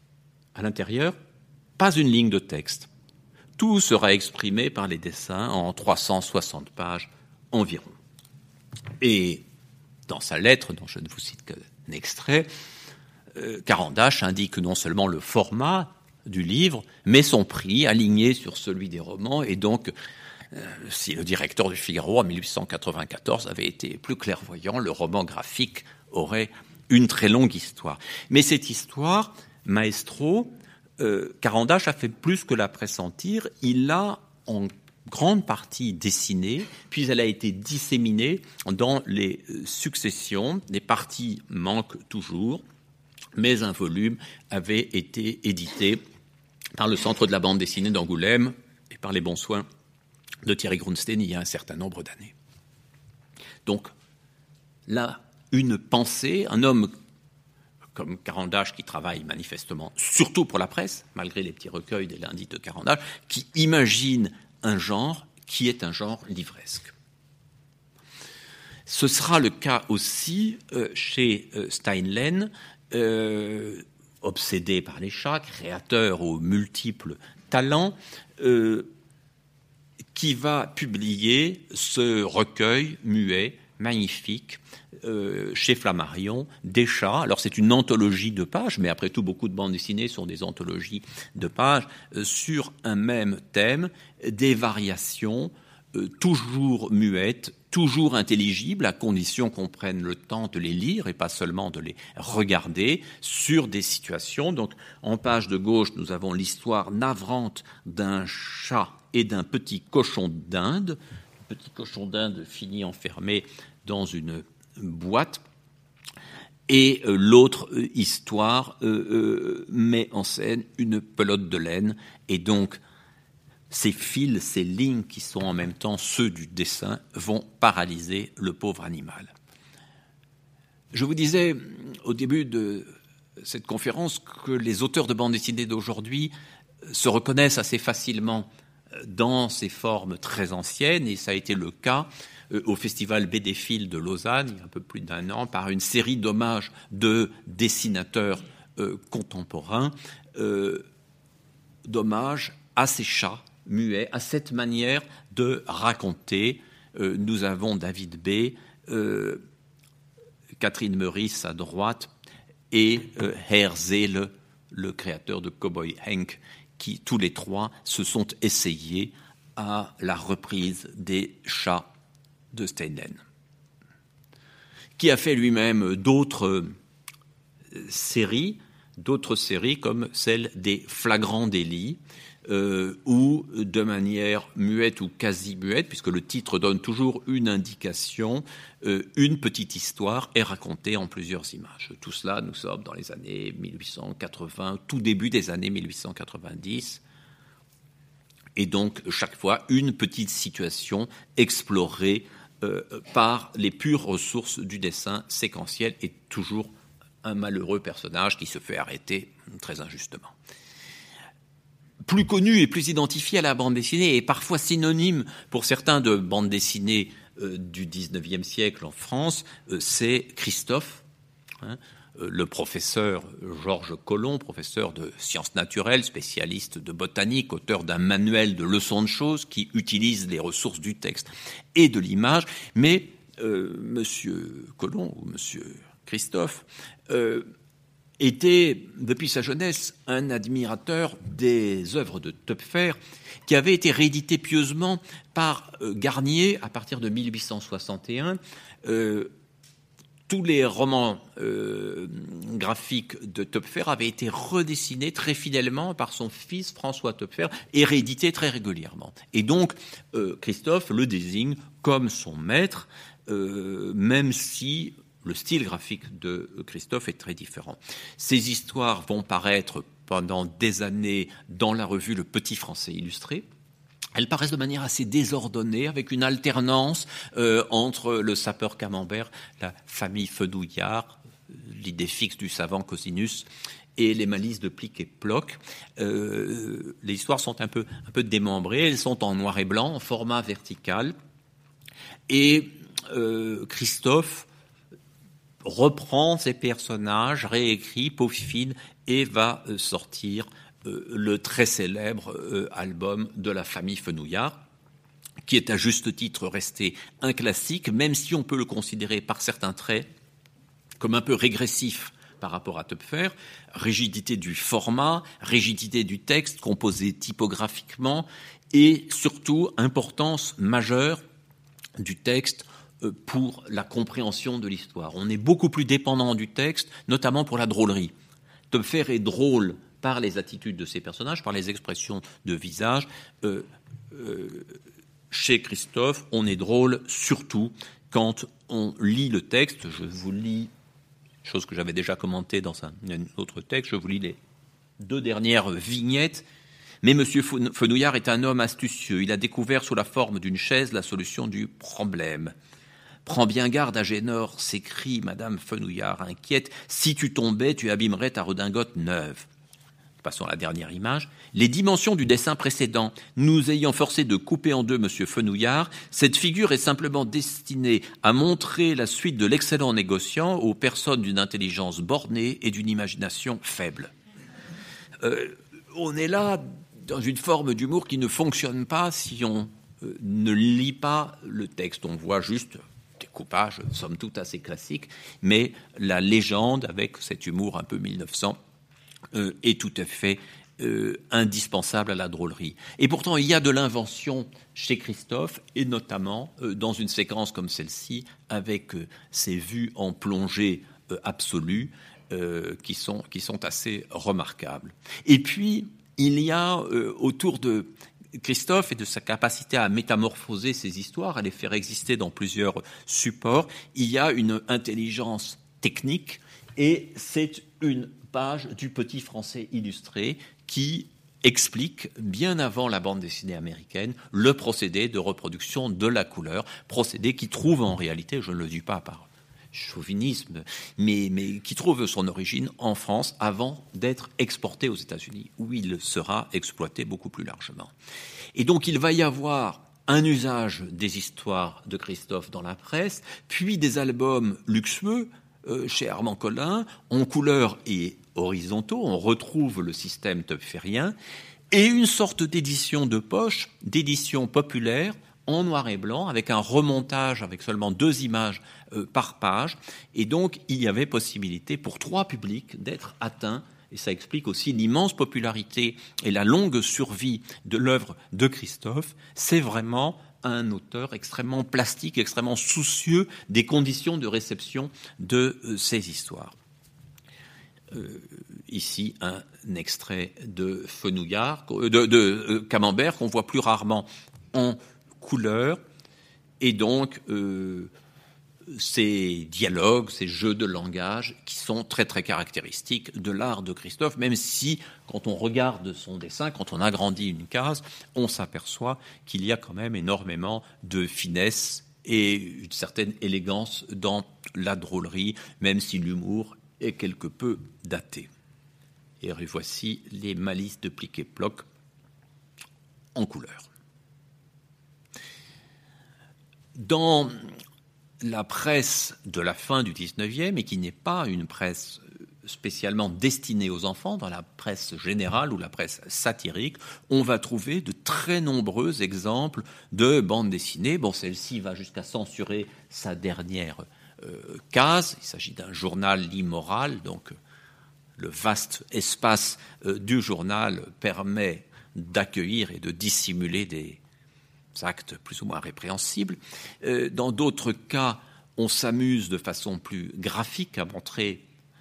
pas une ligne de texte. Tout sera exprimé par les dessins en 360 pages environ. Et dans sa lettre, dont je ne vous cite qu'un extrait, Caran d'Ache indique non seulement le format du livre, mais son prix aligné sur celui des romans, et donc si le directeur du Figaro en 1894 avait été plus clairvoyant, le roman graphique aurait une très longue histoire. Mais cette histoire, maestro, Caran d'Ache a fait plus que la pressentir. Il l'a en grande partie dessinée, puis elle a été disséminée dans les successions. Les parties manquent toujours, mais un volume avait été édité par le Centre de la bande dessinée d'Angoulême et par les bons soins de Thierry Grunstein il y a un certain nombre d'années. Donc, là, une pensée, un homme comme Caran d'Ache qui travaille manifestement, surtout pour la presse, malgré les petits recueils des lundis de Caran d'Ache, qui imagine un genre qui est un genre livresque. Ce sera le cas aussi chez Steinlen, obsédé par les chats, créateur aux multiples talents, qui va publier ce recueil muet, magnifique, chez Flammarion, des chats. Alors c'est une anthologie de pages, mais après tout, beaucoup de bandes dessinées sont des anthologies de pages, sur un même thème, des variations, toujours muettes, toujours intelligibles, à condition qu'on prenne le temps de les lire et pas seulement de les regarder, sur des situations. Donc, en page de gauche, nous avons l'histoire navrante d'un chat et d'un petit cochon d'Inde. Le petit cochon d'Inde finit enfermé dans une boîte. Et l'autre histoire met en scène une pelote de laine. Et donc, ces fils, ces lignes qui sont en même temps ceux du dessin vont paralyser le pauvre animal. Je vous disais au début de cette conférence que les auteurs de bande dessinée d'aujourd'hui se reconnaissent assez facilement dans ces formes très anciennes, et ça a été le cas au Festival BDphil de Lausanne, il y a un peu plus d'1 an, par une série d'hommages de dessinateurs contemporains, d'hommages à ces chats muets, à cette manière de raconter. Nous avons David B., Catherine Meurice à droite, et Herr Seele, le créateur de Cowboy Hank, qui tous les trois se sont essayés à la reprise des chats de Steinlen, qui a fait lui-même d'autres séries comme celle des Flagrants délits, où de manière muette ou quasi muette, puisque le titre donne toujours une indication, une petite histoire est racontée en plusieurs images. Tout cela, nous sommes dans les années 1880, tout début des années 1890, et donc chaque fois une petite situation explorée par les pures ressources du dessin séquentiel et toujours un malheureux personnage qui se fait arrêter très injustement. Plus connu et plus identifié à la bande dessinée et parfois synonyme pour certains de bande dessinée du XIXe siècle en France, c'est Christophe, le professeur Georges Colomb, professeur de sciences naturelles, spécialiste de botanique, auteur d'un manuel de leçons de choses qui utilise les ressources du texte et de l'image. Mais Monsieur Colomb ou Monsieur Christophe était, depuis sa jeunesse, un admirateur des œuvres de Töpffer qui avaient été rééditées pieusement par Garnier à partir de 1861. Tous les romans graphiques de Töpffer avaient été redessinés très fidèlement par son fils François Töpffer et réédités très régulièrement. Et donc, Christophe le désigne comme son maître, même si le style graphique de Christophe est très différent. Ces histoires vont paraître pendant des années dans la revue Le Petit Français illustré. Elles paraissent de manière assez désordonnée, avec une alternance entre le sapeur Camembert, la famille Fenouillard, l'idée fixe du savant Cosinus, et les malices de Plic et Ploc. Les histoires sont un peu démembrées, elles sont en noir et blanc, en format vertical. Et Christophe reprend ces personnages, réécrit, peaufine et va sortir le très célèbre album de la famille Fenouillard, qui est à juste titre resté un classique, même si on peut le considérer par certains traits comme un peu régressif par rapport à Töpffer. Rigidité du format, rigidité du texte composé typographiquement et surtout importance majeure du texte pour la compréhension de l'histoire. On est beaucoup plus dépendant du texte, notamment pour la drôlerie. Töpffer est drôle par les attitudes de ses personnages, par les expressions de visage. Chez Christophe, on est drôle surtout quand on lit le texte. Je vous lis, chose que j'avais déjà commentée dans un autre texte, je vous lis les 2 dernières vignettes. Mais M. Fenouillard est un homme astucieux. Il a découvert sous la forme d'une chaise la solution du problème. Prends bien garde, Agénor, s'écrie Madame Fenouillard, inquiète. Si tu tombais, tu abîmerais ta redingote neuve. Passons à la dernière image. Les dimensions du dessin précédent, nous ayant forcé de couper en 2 M. Fenouillard, cette figure est simplement destinée à montrer la suite de l'excellent négociant aux personnes d'une intelligence bornée et d'une imagination faible. On est là dans une forme d'humour qui ne fonctionne pas si on ne lit pas le texte. On voit juste des coupages, somme toute assez classiques, mais la légende, avec cet humour un peu 1900, est tout à fait indispensable à la drôlerie. Et pourtant, il y a de l'invention chez Christophe, et notamment dans une séquence comme celle-ci, avec ces vues en plongée absolue, qui sont assez remarquables. Et puis, il y a autour de Christophe et de sa capacité à métamorphoser ses histoires, à les faire exister dans plusieurs supports, il y a une intelligence technique, et c'est une page du Petit Français illustré qui explique, bien avant la bande dessinée américaine, le procédé de reproduction de la couleur, procédé qui trouve en réalité, je ne le dis pas par chauvinisme, mais qui trouve son origine en France avant d'être exporté aux États-Unis, où il sera exploité beaucoup plus largement. Et donc il va y avoir un usage des histoires de Christophe dans la presse, puis des albums luxueux chez Armand Collin, en couleur et horizontaux, on retrouve le système töpferien, et une sorte d'édition de poche, d'édition populaire, en noir et blanc, avec un remontage avec seulement 2 images par page. Et donc, il y avait possibilité pour 3 publics d'être atteints. Et ça explique aussi l'immense popularité et la longue survie de l'œuvre de Christophe. C'est vraiment un auteur extrêmement plastique, extrêmement soucieux des conditions de réception de ses histoires. Ici, un extrait de Fenouillard, de Camembert, qu'on voit plus rarement en couleur, et donc ces dialogues, ces jeux de langage qui sont très très caractéristiques de l'art de Christophe, même si quand on regarde son dessin, quand on agrandit une case, on s'aperçoit qu'il y a quand même énormément de finesse et une certaine élégance dans la drôlerie, même si l'humour est quelque peu daté. Et voici les malices de Plic et Ploc en couleur. Dans la presse de la fin du XIXe, et qui n'est pas une presse spécialement destinée aux enfants, dans la presse générale ou la presse satirique, on va trouver de très nombreux exemples de bandes dessinées. Bon, celle-ci va jusqu'à censurer sa dernière case. Il s'agit d'un journal immoral, donc le vaste espace du journal permet d'accueillir et de dissimuler des actes plus ou moins répréhensibles. Dans d'autres cas, on s'amuse de façon plus graphique à montrer,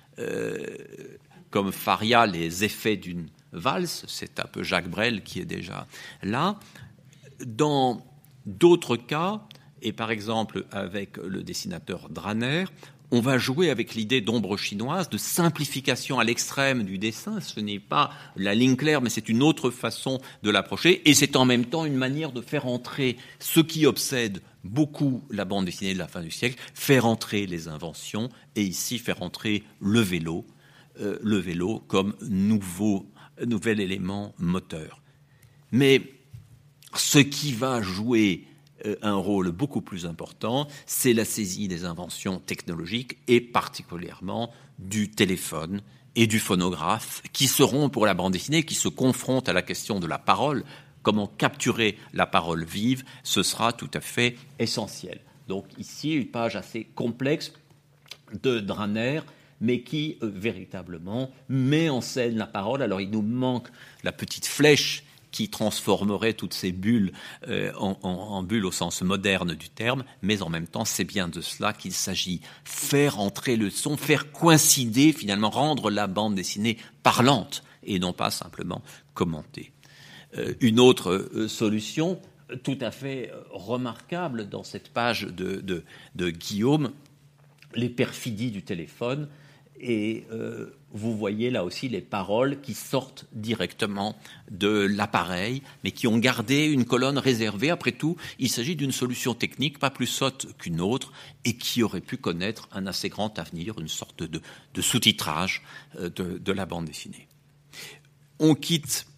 comme Faria, les effets d'une valse. C'est un peu Jacques Brel qui est déjà là. Dans d'autres cas, et par exemple avec le dessinateur Draner, on va jouer avec l'idée d'ombre chinoise, de simplification à l'extrême du dessin. Ce n'est pas la ligne claire, mais c'est une autre façon de l'approcher. Et c'est en même temps une manière de faire entrer ce qui obsède beaucoup la bande dessinée de la fin du siècle, faire entrer les inventions, et ici faire entrer le vélo comme nouvel élément moteur. Mais ce qui va jouer un rôle beaucoup plus important, c'est la saisie des inventions technologiques et particulièrement du téléphone et du phonographe qui seront pour la bande dessinée, qui se confrontent à la question de la parole, comment capturer la parole vive, ce sera tout à fait essentiel. Donc ici, une page assez complexe de Draner, mais qui véritablement met en scène la parole. Alors il nous manque la petite flèche qui transformerait toutes ces bulles en bulles au sens moderne du terme, mais en même temps, c'est bien de cela qu'il s'agit. Faire entrer le son, faire coïncider, finalement, rendre la bande dessinée parlante et non pas simplement commentée. Une autre solution tout à fait remarquable dans cette page de Guillaume, les perfidies du téléphone, et vous voyez là aussi les paroles qui sortent directement de l'appareil, mais qui ont gardé une colonne réservée. Après tout, il s'agit d'une solution technique, pas plus sotte qu'une autre, et qui aurait pu connaître un assez grand avenir, une sorte de sous-titrage de la bande dessinée. On quitte,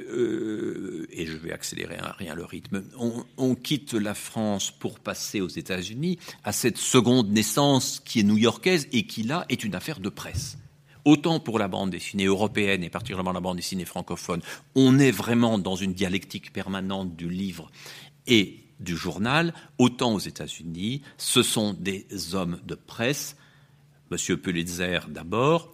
et je vais accélérer rien le rythme, on quitte la France pour passer aux États-Unis, à cette seconde naissance qui est new-yorkaise et qui, là, est une affaire de presse. Autant pour la bande dessinée européenne et particulièrement la bande dessinée francophone, on est vraiment dans une dialectique permanente du livre et du journal, autant aux États-Unis, ce sont des hommes de presse, M. Pulitzer d'abord,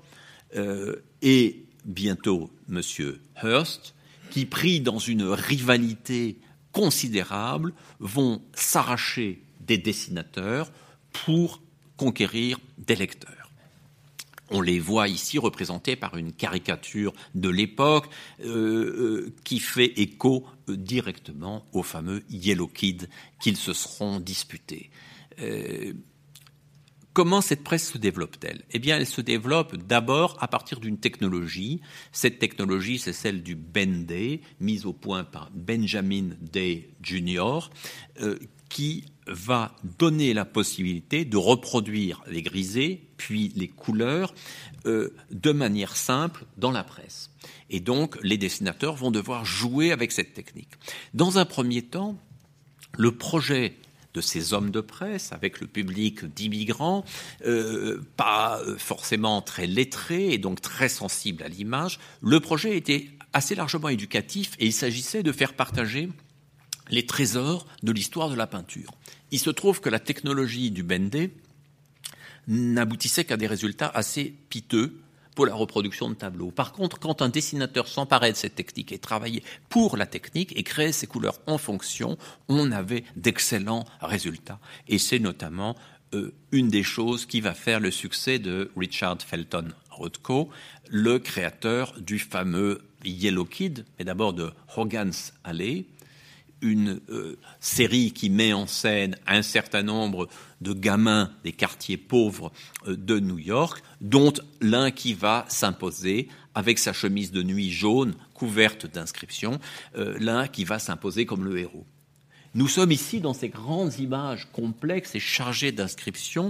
et bientôt M. Hearst, qui, pris dans une rivalité considérable, vont s'arracher des dessinateurs pour conquérir des lecteurs. On les voit ici représentés par une caricature de l'époque qui fait écho directement au fameux Yellow Kid qu'ils se seront disputés. Comment cette presse se développe-t-elle ? Eh bien, elle se développe d'abord à partir d'une technologie. Cette technologie, c'est celle du Ben Day, mise au point par Benjamin Day Jr., qui va donner la possibilité de reproduire les grisés, puis les couleurs, de manière simple dans la presse. Et donc, les dessinateurs vont devoir jouer avec cette technique. Dans un premier temps, le projet de ces hommes de presse, avec le public d'immigrants, pas forcément très lettrés et donc très sensibles à l'image, le projet était assez largement éducatif et il s'agissait de faire partager les trésors de l'histoire de la peinture. Il se trouve que la technologie du Ben Day n'aboutissait qu'à des résultats assez piteux pour la reproduction de tableaux. Par contre, quand un dessinateur s'emparait de cette technique et travaillait pour la technique et créait ses couleurs en fonction, on avait d'excellents résultats. Et c'est notamment une des choses qui va faire le succès de Richard Felton Rothko, le créateur du fameux Yellow Kid, mais d'abord de Hogan's Alley, une série qui met en scène un certain nombre de gamins des quartiers pauvres de New York, dont l'un qui va s'imposer avec sa chemise de nuit jaune couverte d'inscriptions, l'un qui va s'imposer comme le héros. Nous sommes ici dans ces grandes images complexes et chargées d'inscriptions,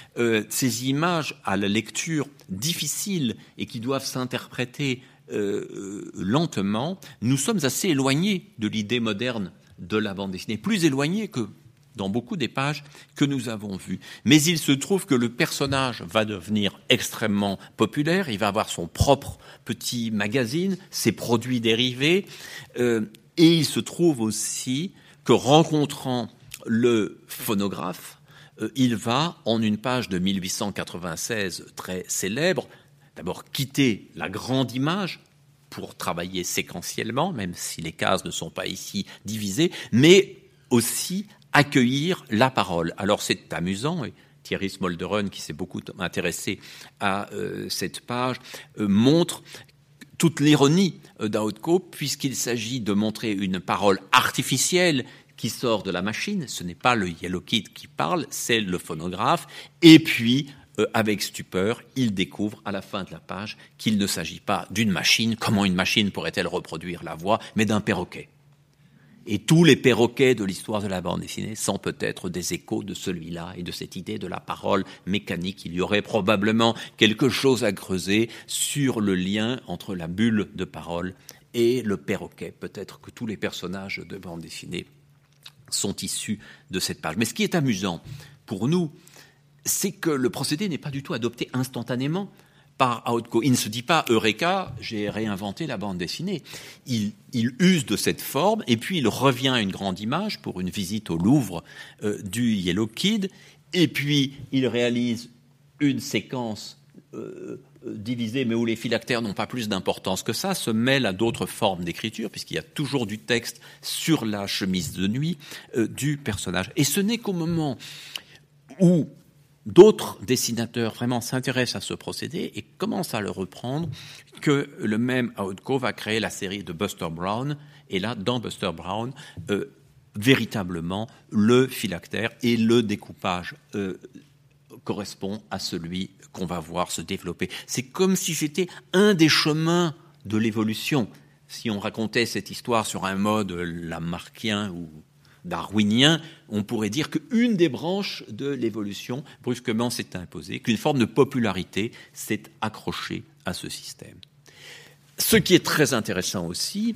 ces images à la lecture difficile et qui doivent s'interpréter lentement. Nous sommes assez éloignés de l'idée moderne de la bande dessinée, plus éloignés que dans beaucoup des pages que nous avons vues. Mais il se trouve que le personnage va devenir extrêmement populaire, il va avoir son propre petit magazine, ses produits dérivés, et il se trouve aussi que rencontrant le phonographe, il va, en une page de 1896 très célèbre, d'abord quitter la grande image pour travailler séquentiellement, même si les cases ne sont pas ici divisées, mais aussi accueillir la parole. Alors c'est amusant, et Thierry Smolderen, qui s'est beaucoup intéressé à cette page, montre toute l'ironie d'Autko, puisqu'il s'agit de montrer une parole artificielle qui sort de la machine. Ce n'est pas le Yellow Kid qui parle, c'est le phonographe. Et puis, avec stupeur, il découvre à la fin de la page qu'il ne s'agit pas d'une machine. Comment une machine pourrait-elle reproduire la voix, mais d'un perroquet. Et tous les perroquets de l'histoire de la bande dessinée sont peut-être des échos de celui-là et de cette idée de la parole mécanique. Il y aurait probablement quelque chose à creuser sur le lien entre la bulle de parole et le perroquet. Peut-être que tous les personnages de bande dessinée sont issus de cette page. Mais ce qui est amusant pour nous, c'est que le procédé n'est pas du tout adopté instantanément par Autko. Il ne se dit pas « Eureka, j'ai réinventé la bande dessinée ». Il use de cette forme et puis il revient à une grande image pour une visite au Louvre du Yellow Kid et puis il réalise une séquence divisée mais où les phylactères n'ont pas plus d'importance que ça, se mêlent à d'autres formes d'écriture puisqu'il y a toujours du texte sur la chemise de nuit du personnage. Et ce n'est qu'au moment où d'autres dessinateurs vraiment s'intéressent à ce procédé et commencent à le reprendre que le même Autko va créer la série de Buster Brown. Et là, dans Buster Brown, véritablement, le phylactère et le découpage correspond à celui qu'on va voir se développer. C'est comme si c'était un des chemins de l'évolution. Si on racontait cette histoire sur un mode lamarckien ou darwinien, on pourrait dire qu'une des branches de l'évolution brusquement s'est imposée, qu'une forme de popularité s'est accrochée à ce système. Ce qui est très intéressant aussi,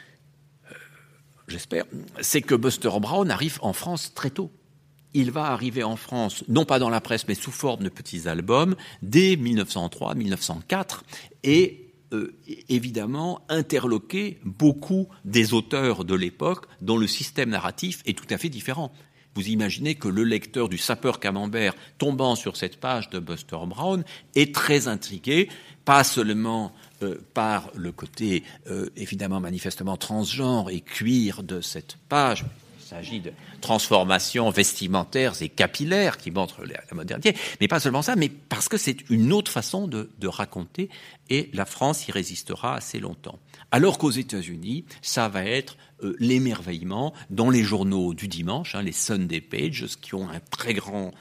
j'espère, c'est que Buster Brown arrive en France très tôt. Il va arriver en France, non pas dans la presse, mais sous forme de petits albums, dès 1903-1904, et évidemment interloquer beaucoup des auteurs de l'époque dont le système narratif est tout à fait différent. Vous imaginez que le lecteur du Sapeur Camembert tombant sur cette page de Buster Brown est très intrigué, pas seulement par le côté évidemment manifestement transgenre et cuir de cette page. Il s'agit de transformations vestimentaires et capillaires qui montrent la modernité, mais pas seulement ça, mais parce que c'est une autre façon de raconter, et la France y résistera assez longtemps. Alors qu'aux États-Unis, ça va être l'émerveillement dans les journaux du dimanche, les Sunday Pages, qui ont un très grand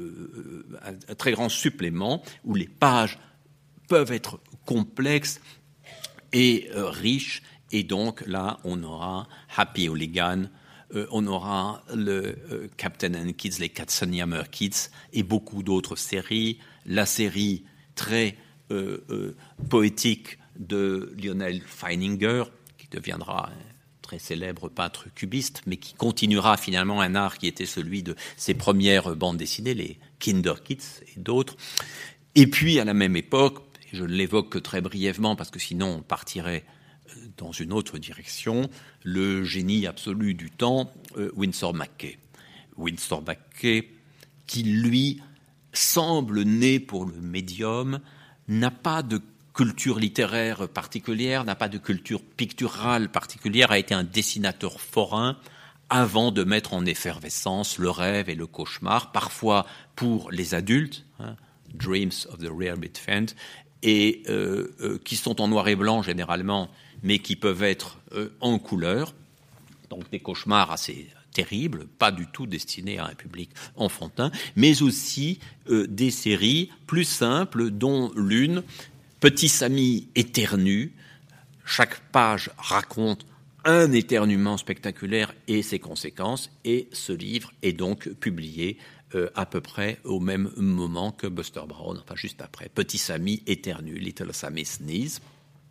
supplément, où les pages peuvent être complexes et riches, et donc là, on aura Happy Hooligan, on aura le Captain and Kids, les Katzenjammer Kids et beaucoup d'autres séries. La série très poétique de Lionel Feininger, qui deviendra un très célèbre peintre cubiste, mais qui continuera finalement un art qui était celui de ses premières bandes dessinées, les Kinder Kids et d'autres. Et puis, à la même époque, et je ne l'évoque que très brièvement parce que sinon on partirait dans une autre direction, le génie absolu du temps, Winsor McCay. Winsor McCay, qui lui semble né pour le médium, n'a pas de culture littéraire particulière, n'a pas de culture picturale particulière, a été un dessinateur forain avant de mettre en effervescence le rêve et le cauchemar, parfois pour les adultes, Dreams of the Rare Midfend, et qui sont en noir et blanc généralement, mais qui peuvent être en couleur, donc des cauchemars assez terribles, pas du tout destinés à un public enfantin, mais aussi des séries plus simples, dont l'une, Petit Samy éternue. Chaque page raconte un éternuement spectaculaire et ses conséquences, et ce livre est donc publié à peu près au même moment que Buster Brown, enfin juste après. Petit Sammy éternue, Little Sammy Sneeze,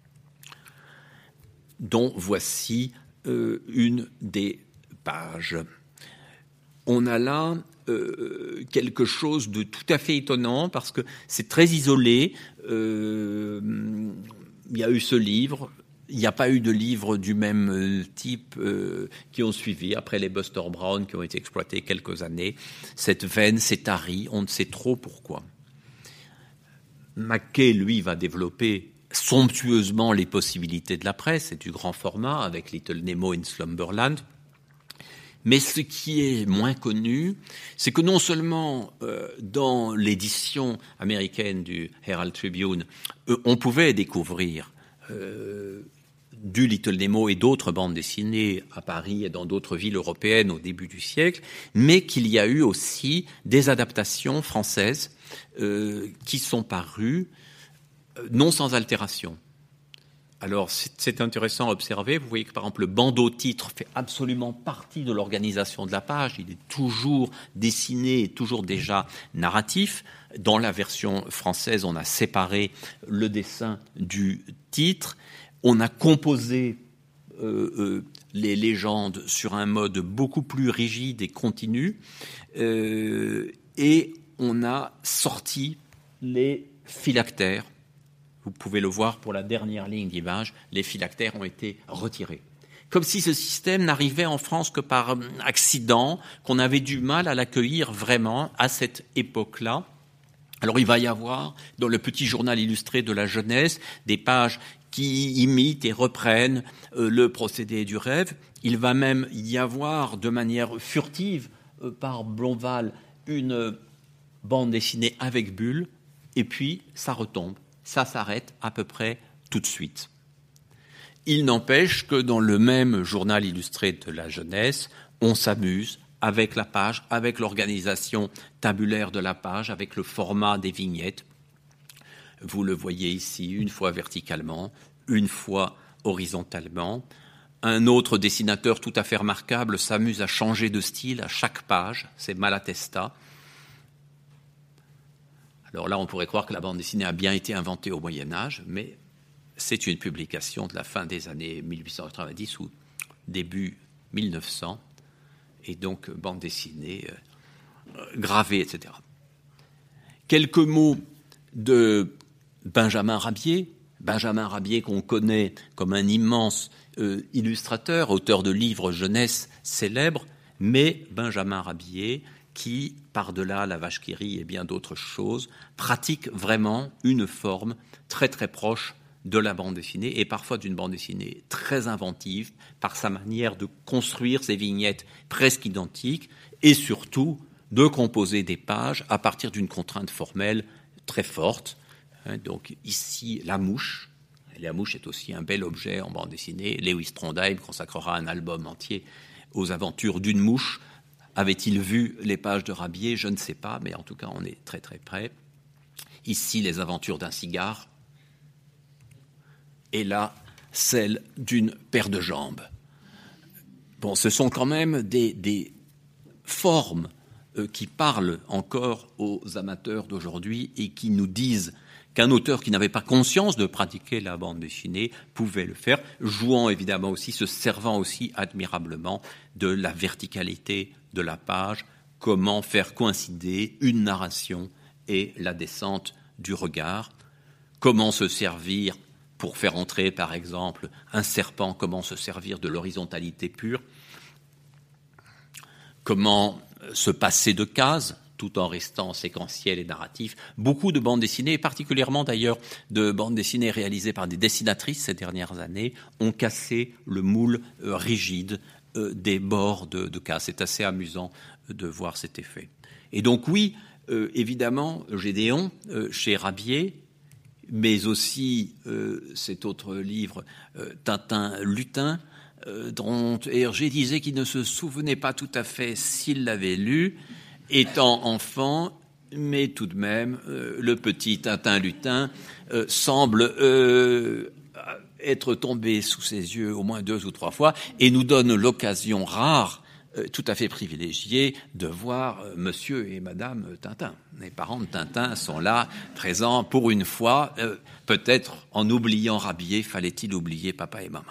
dont voici une des pages. On a là quelque chose de tout à fait étonnant parce que c'est très isolé. Il y a eu ce livre. Il n'y a pas eu de livres du même type qui ont suivi après les Buster Brown qui ont été exploités quelques années. Cette veine s'est tarie, on ne sait trop pourquoi. Mackay, lui, va développer somptueusement les possibilités de la presse et du grand format avec Little Nemo in Slumberland. Mais ce qui est moins connu, c'est que non seulement dans l'édition américaine du Herald Tribune, on pouvait découvrir du Little Nemo et d'autres bandes dessinées à Paris et dans d'autres villes européennes au début du siècle, mais qu'il y a eu aussi des adaptations françaises qui sont parues non sans altération. Alors, c'est intéressant à observer. Vous voyez que, par exemple, le bandeau-titre fait absolument partie de l'organisation de la page. Il est toujours dessiné et toujours déjà narratif. Dans la version française, on a séparé le dessin du titre. On a composé les légendes sur un mode beaucoup plus rigide et continu. Et on a sorti les phylactères. Vous pouvez le voir pour la dernière ligne d'image, les phylactères ont été retirés. Comme si ce système n'arrivait en France que par accident, qu'on avait du mal à l'accueillir vraiment à cette époque-là. Alors il va y avoir, dans le petit journal illustré de la jeunesse, des pages qui imitent et reprennent le procédé du rêve. Il va même y avoir, de manière furtive, par Blomval, une bande dessinée avec bulles, et puis ça retombe. Ça s'arrête à peu près tout de suite. Il n'empêche que dans le même journal illustré de la jeunesse, on s'amuse avec la page, avec l'organisation tabulaire de la page, avec le format des vignettes. Vous le voyez ici, une fois verticalement, une fois horizontalement. Un autre dessinateur tout à fait remarquable s'amuse à changer de style à chaque page, c'est Malatesta. Alors là, on pourrait croire que la bande dessinée a bien été inventée au Moyen-Âge, mais c'est une publication de la fin des années 1890 ou début 1900, et donc bande dessinée, gravée, etc. Quelques mots de Benjamin Rabier. Benjamin Rabier qu'on connaît comme un immense illustrateur, auteur de livres jeunesse célèbres, mais Benjamin Rabier qui, par-delà la vache qui rit et bien d'autres choses, pratique vraiment une forme très très proche de la bande dessinée et parfois d'une bande dessinée très inventive par sa manière de construire ses vignettes presque identiques et surtout de composer des pages à partir d'une contrainte formelle très forte. Donc ici, la mouche. La mouche est aussi un bel objet en bande dessinée. Lewis Trondheim consacrera un album entier aux aventures d'une mouche. Avait-il vu les pages de Rabier ? Je ne sais pas, mais en tout cas, on est très très près. Ici, les aventures d'un cigare. Et là, celle d'une paire de jambes. Bon, ce sont quand même des formes qui parlent encore aux amateurs d'aujourd'hui et qui nous disent qu'un auteur qui n'avait pas conscience de pratiquer la bande dessinée pouvait le faire, jouant évidemment aussi, se servant aussi admirablement de la verticalité de la page, comment faire coïncider une narration et la descente du regard, comment se servir pour faire entrer, par exemple, un serpent, comment se servir de l'horizontalité pure, comment se passer de cases, tout en restant séquentiel et narratif. Beaucoup de bandes dessinées, et particulièrement d'ailleurs de bandes dessinées réalisées par des dessinatrices ces dernières années, ont cassé le moule rigide des bords de cases. C'est assez amusant de voir cet effet. Et donc oui, évidemment, Gédéon, chez Rabier, mais aussi cet autre livre, Tintin Lutin, dont Hergé disait qu'il ne se souvenait pas tout à fait s'il l'avait lu, étant enfant, mais tout de même, le petit Tintin Lutin semble être tombé sous ses yeux au moins 2 ou 3 fois et nous donne l'occasion rare, tout à fait privilégiée, de voir Monsieur et Madame Tintin. Les parents de Tintin sont là, présents pour une fois. Peut-être en oubliant Rabier, fallait-il oublier papa et maman.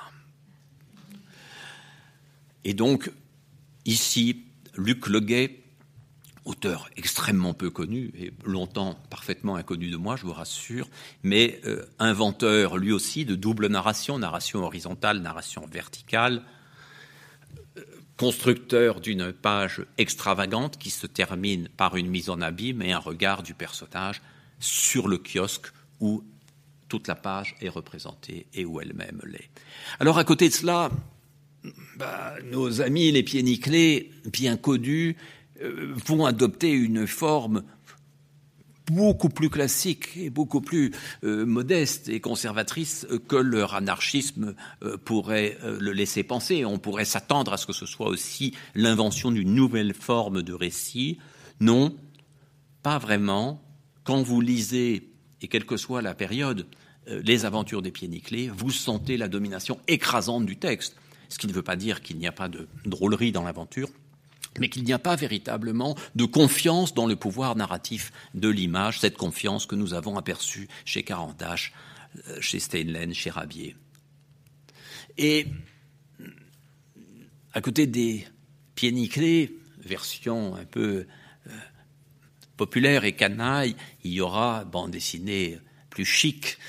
Et donc, ici, Luc Leguet, auteur extrêmement peu connu et longtemps parfaitement inconnu de moi, je vous rassure, mais inventeur lui aussi de double narration, narration horizontale, narration verticale, constructeur d'une page extravagante qui se termine par une mise en abîme et un regard du personnage sur le kiosque où toute la page est représentée et où elle-même l'est. Alors à côté de cela, nos amis les pieds nickelés, bien connus, vont adopter une forme beaucoup plus classique et beaucoup plus modeste et conservatrice que leur anarchisme pourrait le laisser penser. On pourrait s'attendre à ce que ce soit aussi l'invention d'une nouvelle forme de récit. Non, pas vraiment. Quand vous lisez, et quelle que soit la période, les aventures des pieds nickelés, vous sentez la domination écrasante du texte. Ce qui ne veut pas dire qu'il n'y a pas de drôlerie dans l'aventure, mais qu'il n'y a pas véritablement de confiance dans le pouvoir narratif de l'image, cette confiance que nous avons aperçue chez Carandache, chez Steinlen, chez Rabier. Et à côté des pieds nickelés, version un peu populaire et canaille, il y aura bande dessinée plus chic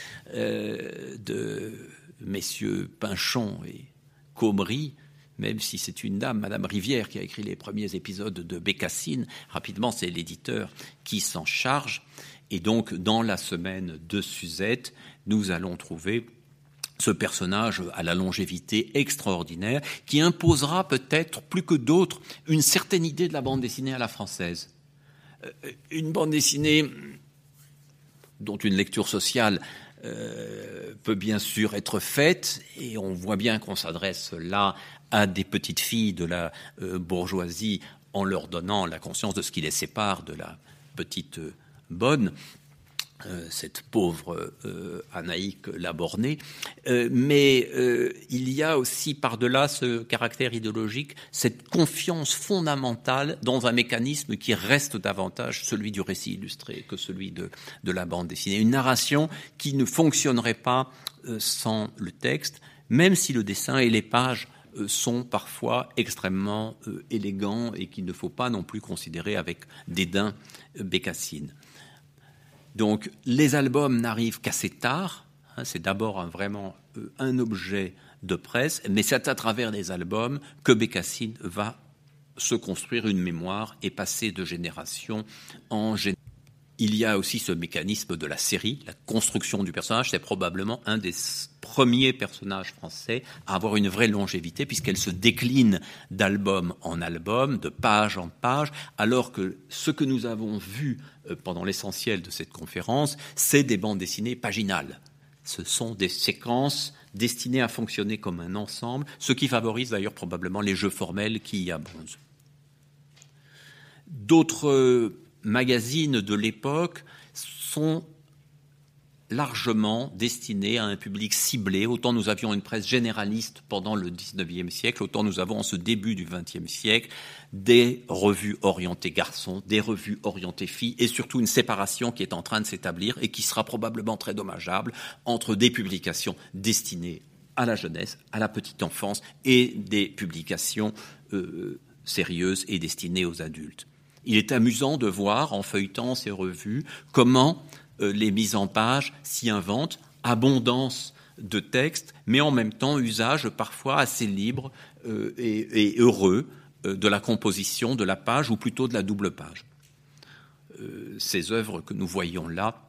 de messieurs Pinchon et Comrie, même si c'est une dame, Madame Rivière, qui a écrit les premiers épisodes de Bécassine. Rapidement, c'est l'éditeur qui s'en charge. Et donc, dans la semaine de Suzette, nous allons trouver ce personnage à la longévité extraordinaire qui imposera peut-être, plus que d'autres, une certaine idée de la bande dessinée à la française. Une bande dessinée dont une lecture sociale peut bien sûr être faite, et on voit bien qu'on s'adresse là à des petites filles de la bourgeoisie en leur donnant la conscience de ce qui les sépare de la petite bonne, cette pauvre Anaïque Labornée. Mais il y a aussi par-delà ce caractère idéologique, cette confiance fondamentale dans un mécanisme qui reste davantage celui du récit illustré que celui de la bande dessinée. Une narration qui ne fonctionnerait pas sans le texte, même si le dessin et les pages sont parfois extrêmement élégants et qu'il ne faut pas non plus considérer avec dédain Bécassine. Donc les albums n'arrivent qu'assez tard, c'est d'abord vraiment un objet de presse, mais c'est à travers les albums que Bécassine va se construire une mémoire et passer de génération en génération. Il y a aussi ce mécanisme de la série, la construction du personnage. C'est probablement un des premiers personnages français à avoir une vraie longévité, puisqu'elle se décline d'album en album, de page en page, alors que ce que nous avons vu pendant l'essentiel de cette conférence, c'est des bandes dessinées paginales. Ce sont des séquences destinées à fonctionner comme un ensemble, ce qui favorise d'ailleurs probablement les jeux formels qui y abondent. D'autres magazines de l'époque sont largement destinés à un public ciblé. Autant nous avions une presse généraliste pendant le XIXe siècle, autant nous avons en ce début du XXe siècle des revues orientées garçons, des revues orientées filles, et surtout une séparation qui est en train de s'établir et qui sera probablement très dommageable entre des publications destinées à la jeunesse, à la petite enfance, et des publications sérieuses et destinées aux adultes. Il est amusant de voir, en feuilletant ces revues, comment les mises en page s'y inventent, abondance de textes, mais en même temps usage parfois assez libre et heureux de la composition de la page, ou plutôt de la double page. Ces œuvres que nous voyons là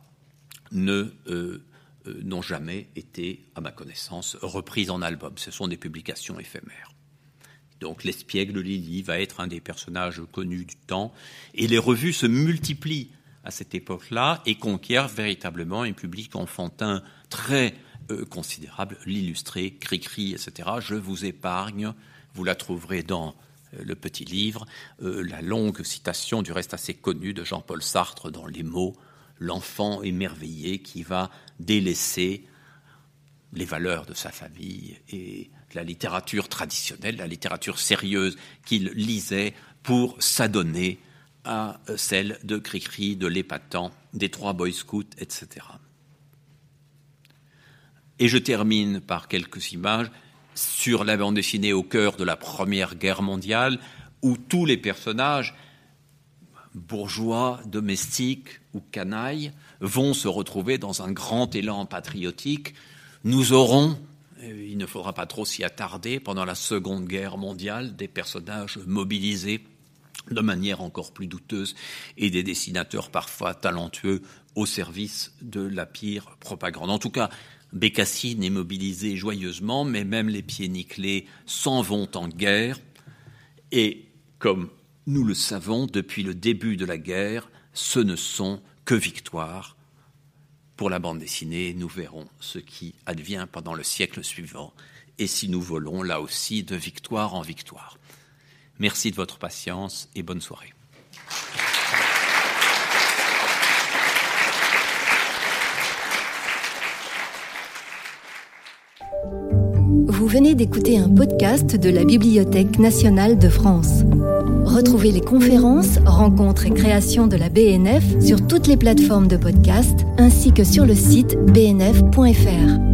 n'ont jamais été, à ma connaissance, reprises en album. Ce sont des publications éphémères. Donc l'espiègle Lily va être un des personnages connus du temps. Et les revues se multiplient à cette époque-là et conquièrent véritablement un public enfantin très considérable, l'illustré, Cri-Cri, etc. Je vous épargne, vous la trouverez dans le petit livre, la longue citation, du reste assez connue, de Jean-Paul Sartre dans Les mots, l'enfant émerveillé qui va délaisser les valeurs de sa famille et la littérature traditionnelle, la littérature sérieuse qu'il lisait pour s'adonner à celle de Cricri, de l'Épatant, des 3 Boy Scouts, etc. Et je termine par quelques images sur la bande dessinée au cœur de la Première Guerre mondiale, où tous les personnages, bourgeois, domestiques ou canailles, vont se retrouver dans un grand élan patriotique. Nous aurons, il ne faudra pas trop s'y attarder, pendant la Seconde Guerre mondiale, des personnages mobilisés de manière encore plus douteuse et des dessinateurs parfois talentueux au service de la pire propagande. En tout cas, Bécassine est mobilisé joyeusement, mais même les pieds nickelés s'en vont en guerre. Et comme nous le savons, depuis le début de la guerre, ce ne sont que victoires. Pour la bande dessinée, nous verrons ce qui advient pendant le siècle suivant, et si nous volons là aussi de victoire en victoire. Merci de votre patience et bonne soirée. Vous venez d'écouter un podcast de la Bibliothèque nationale de France. Retrouvez les conférences, rencontres et créations de la BNF sur toutes les plateformes de podcast ainsi que sur le site bnf.fr.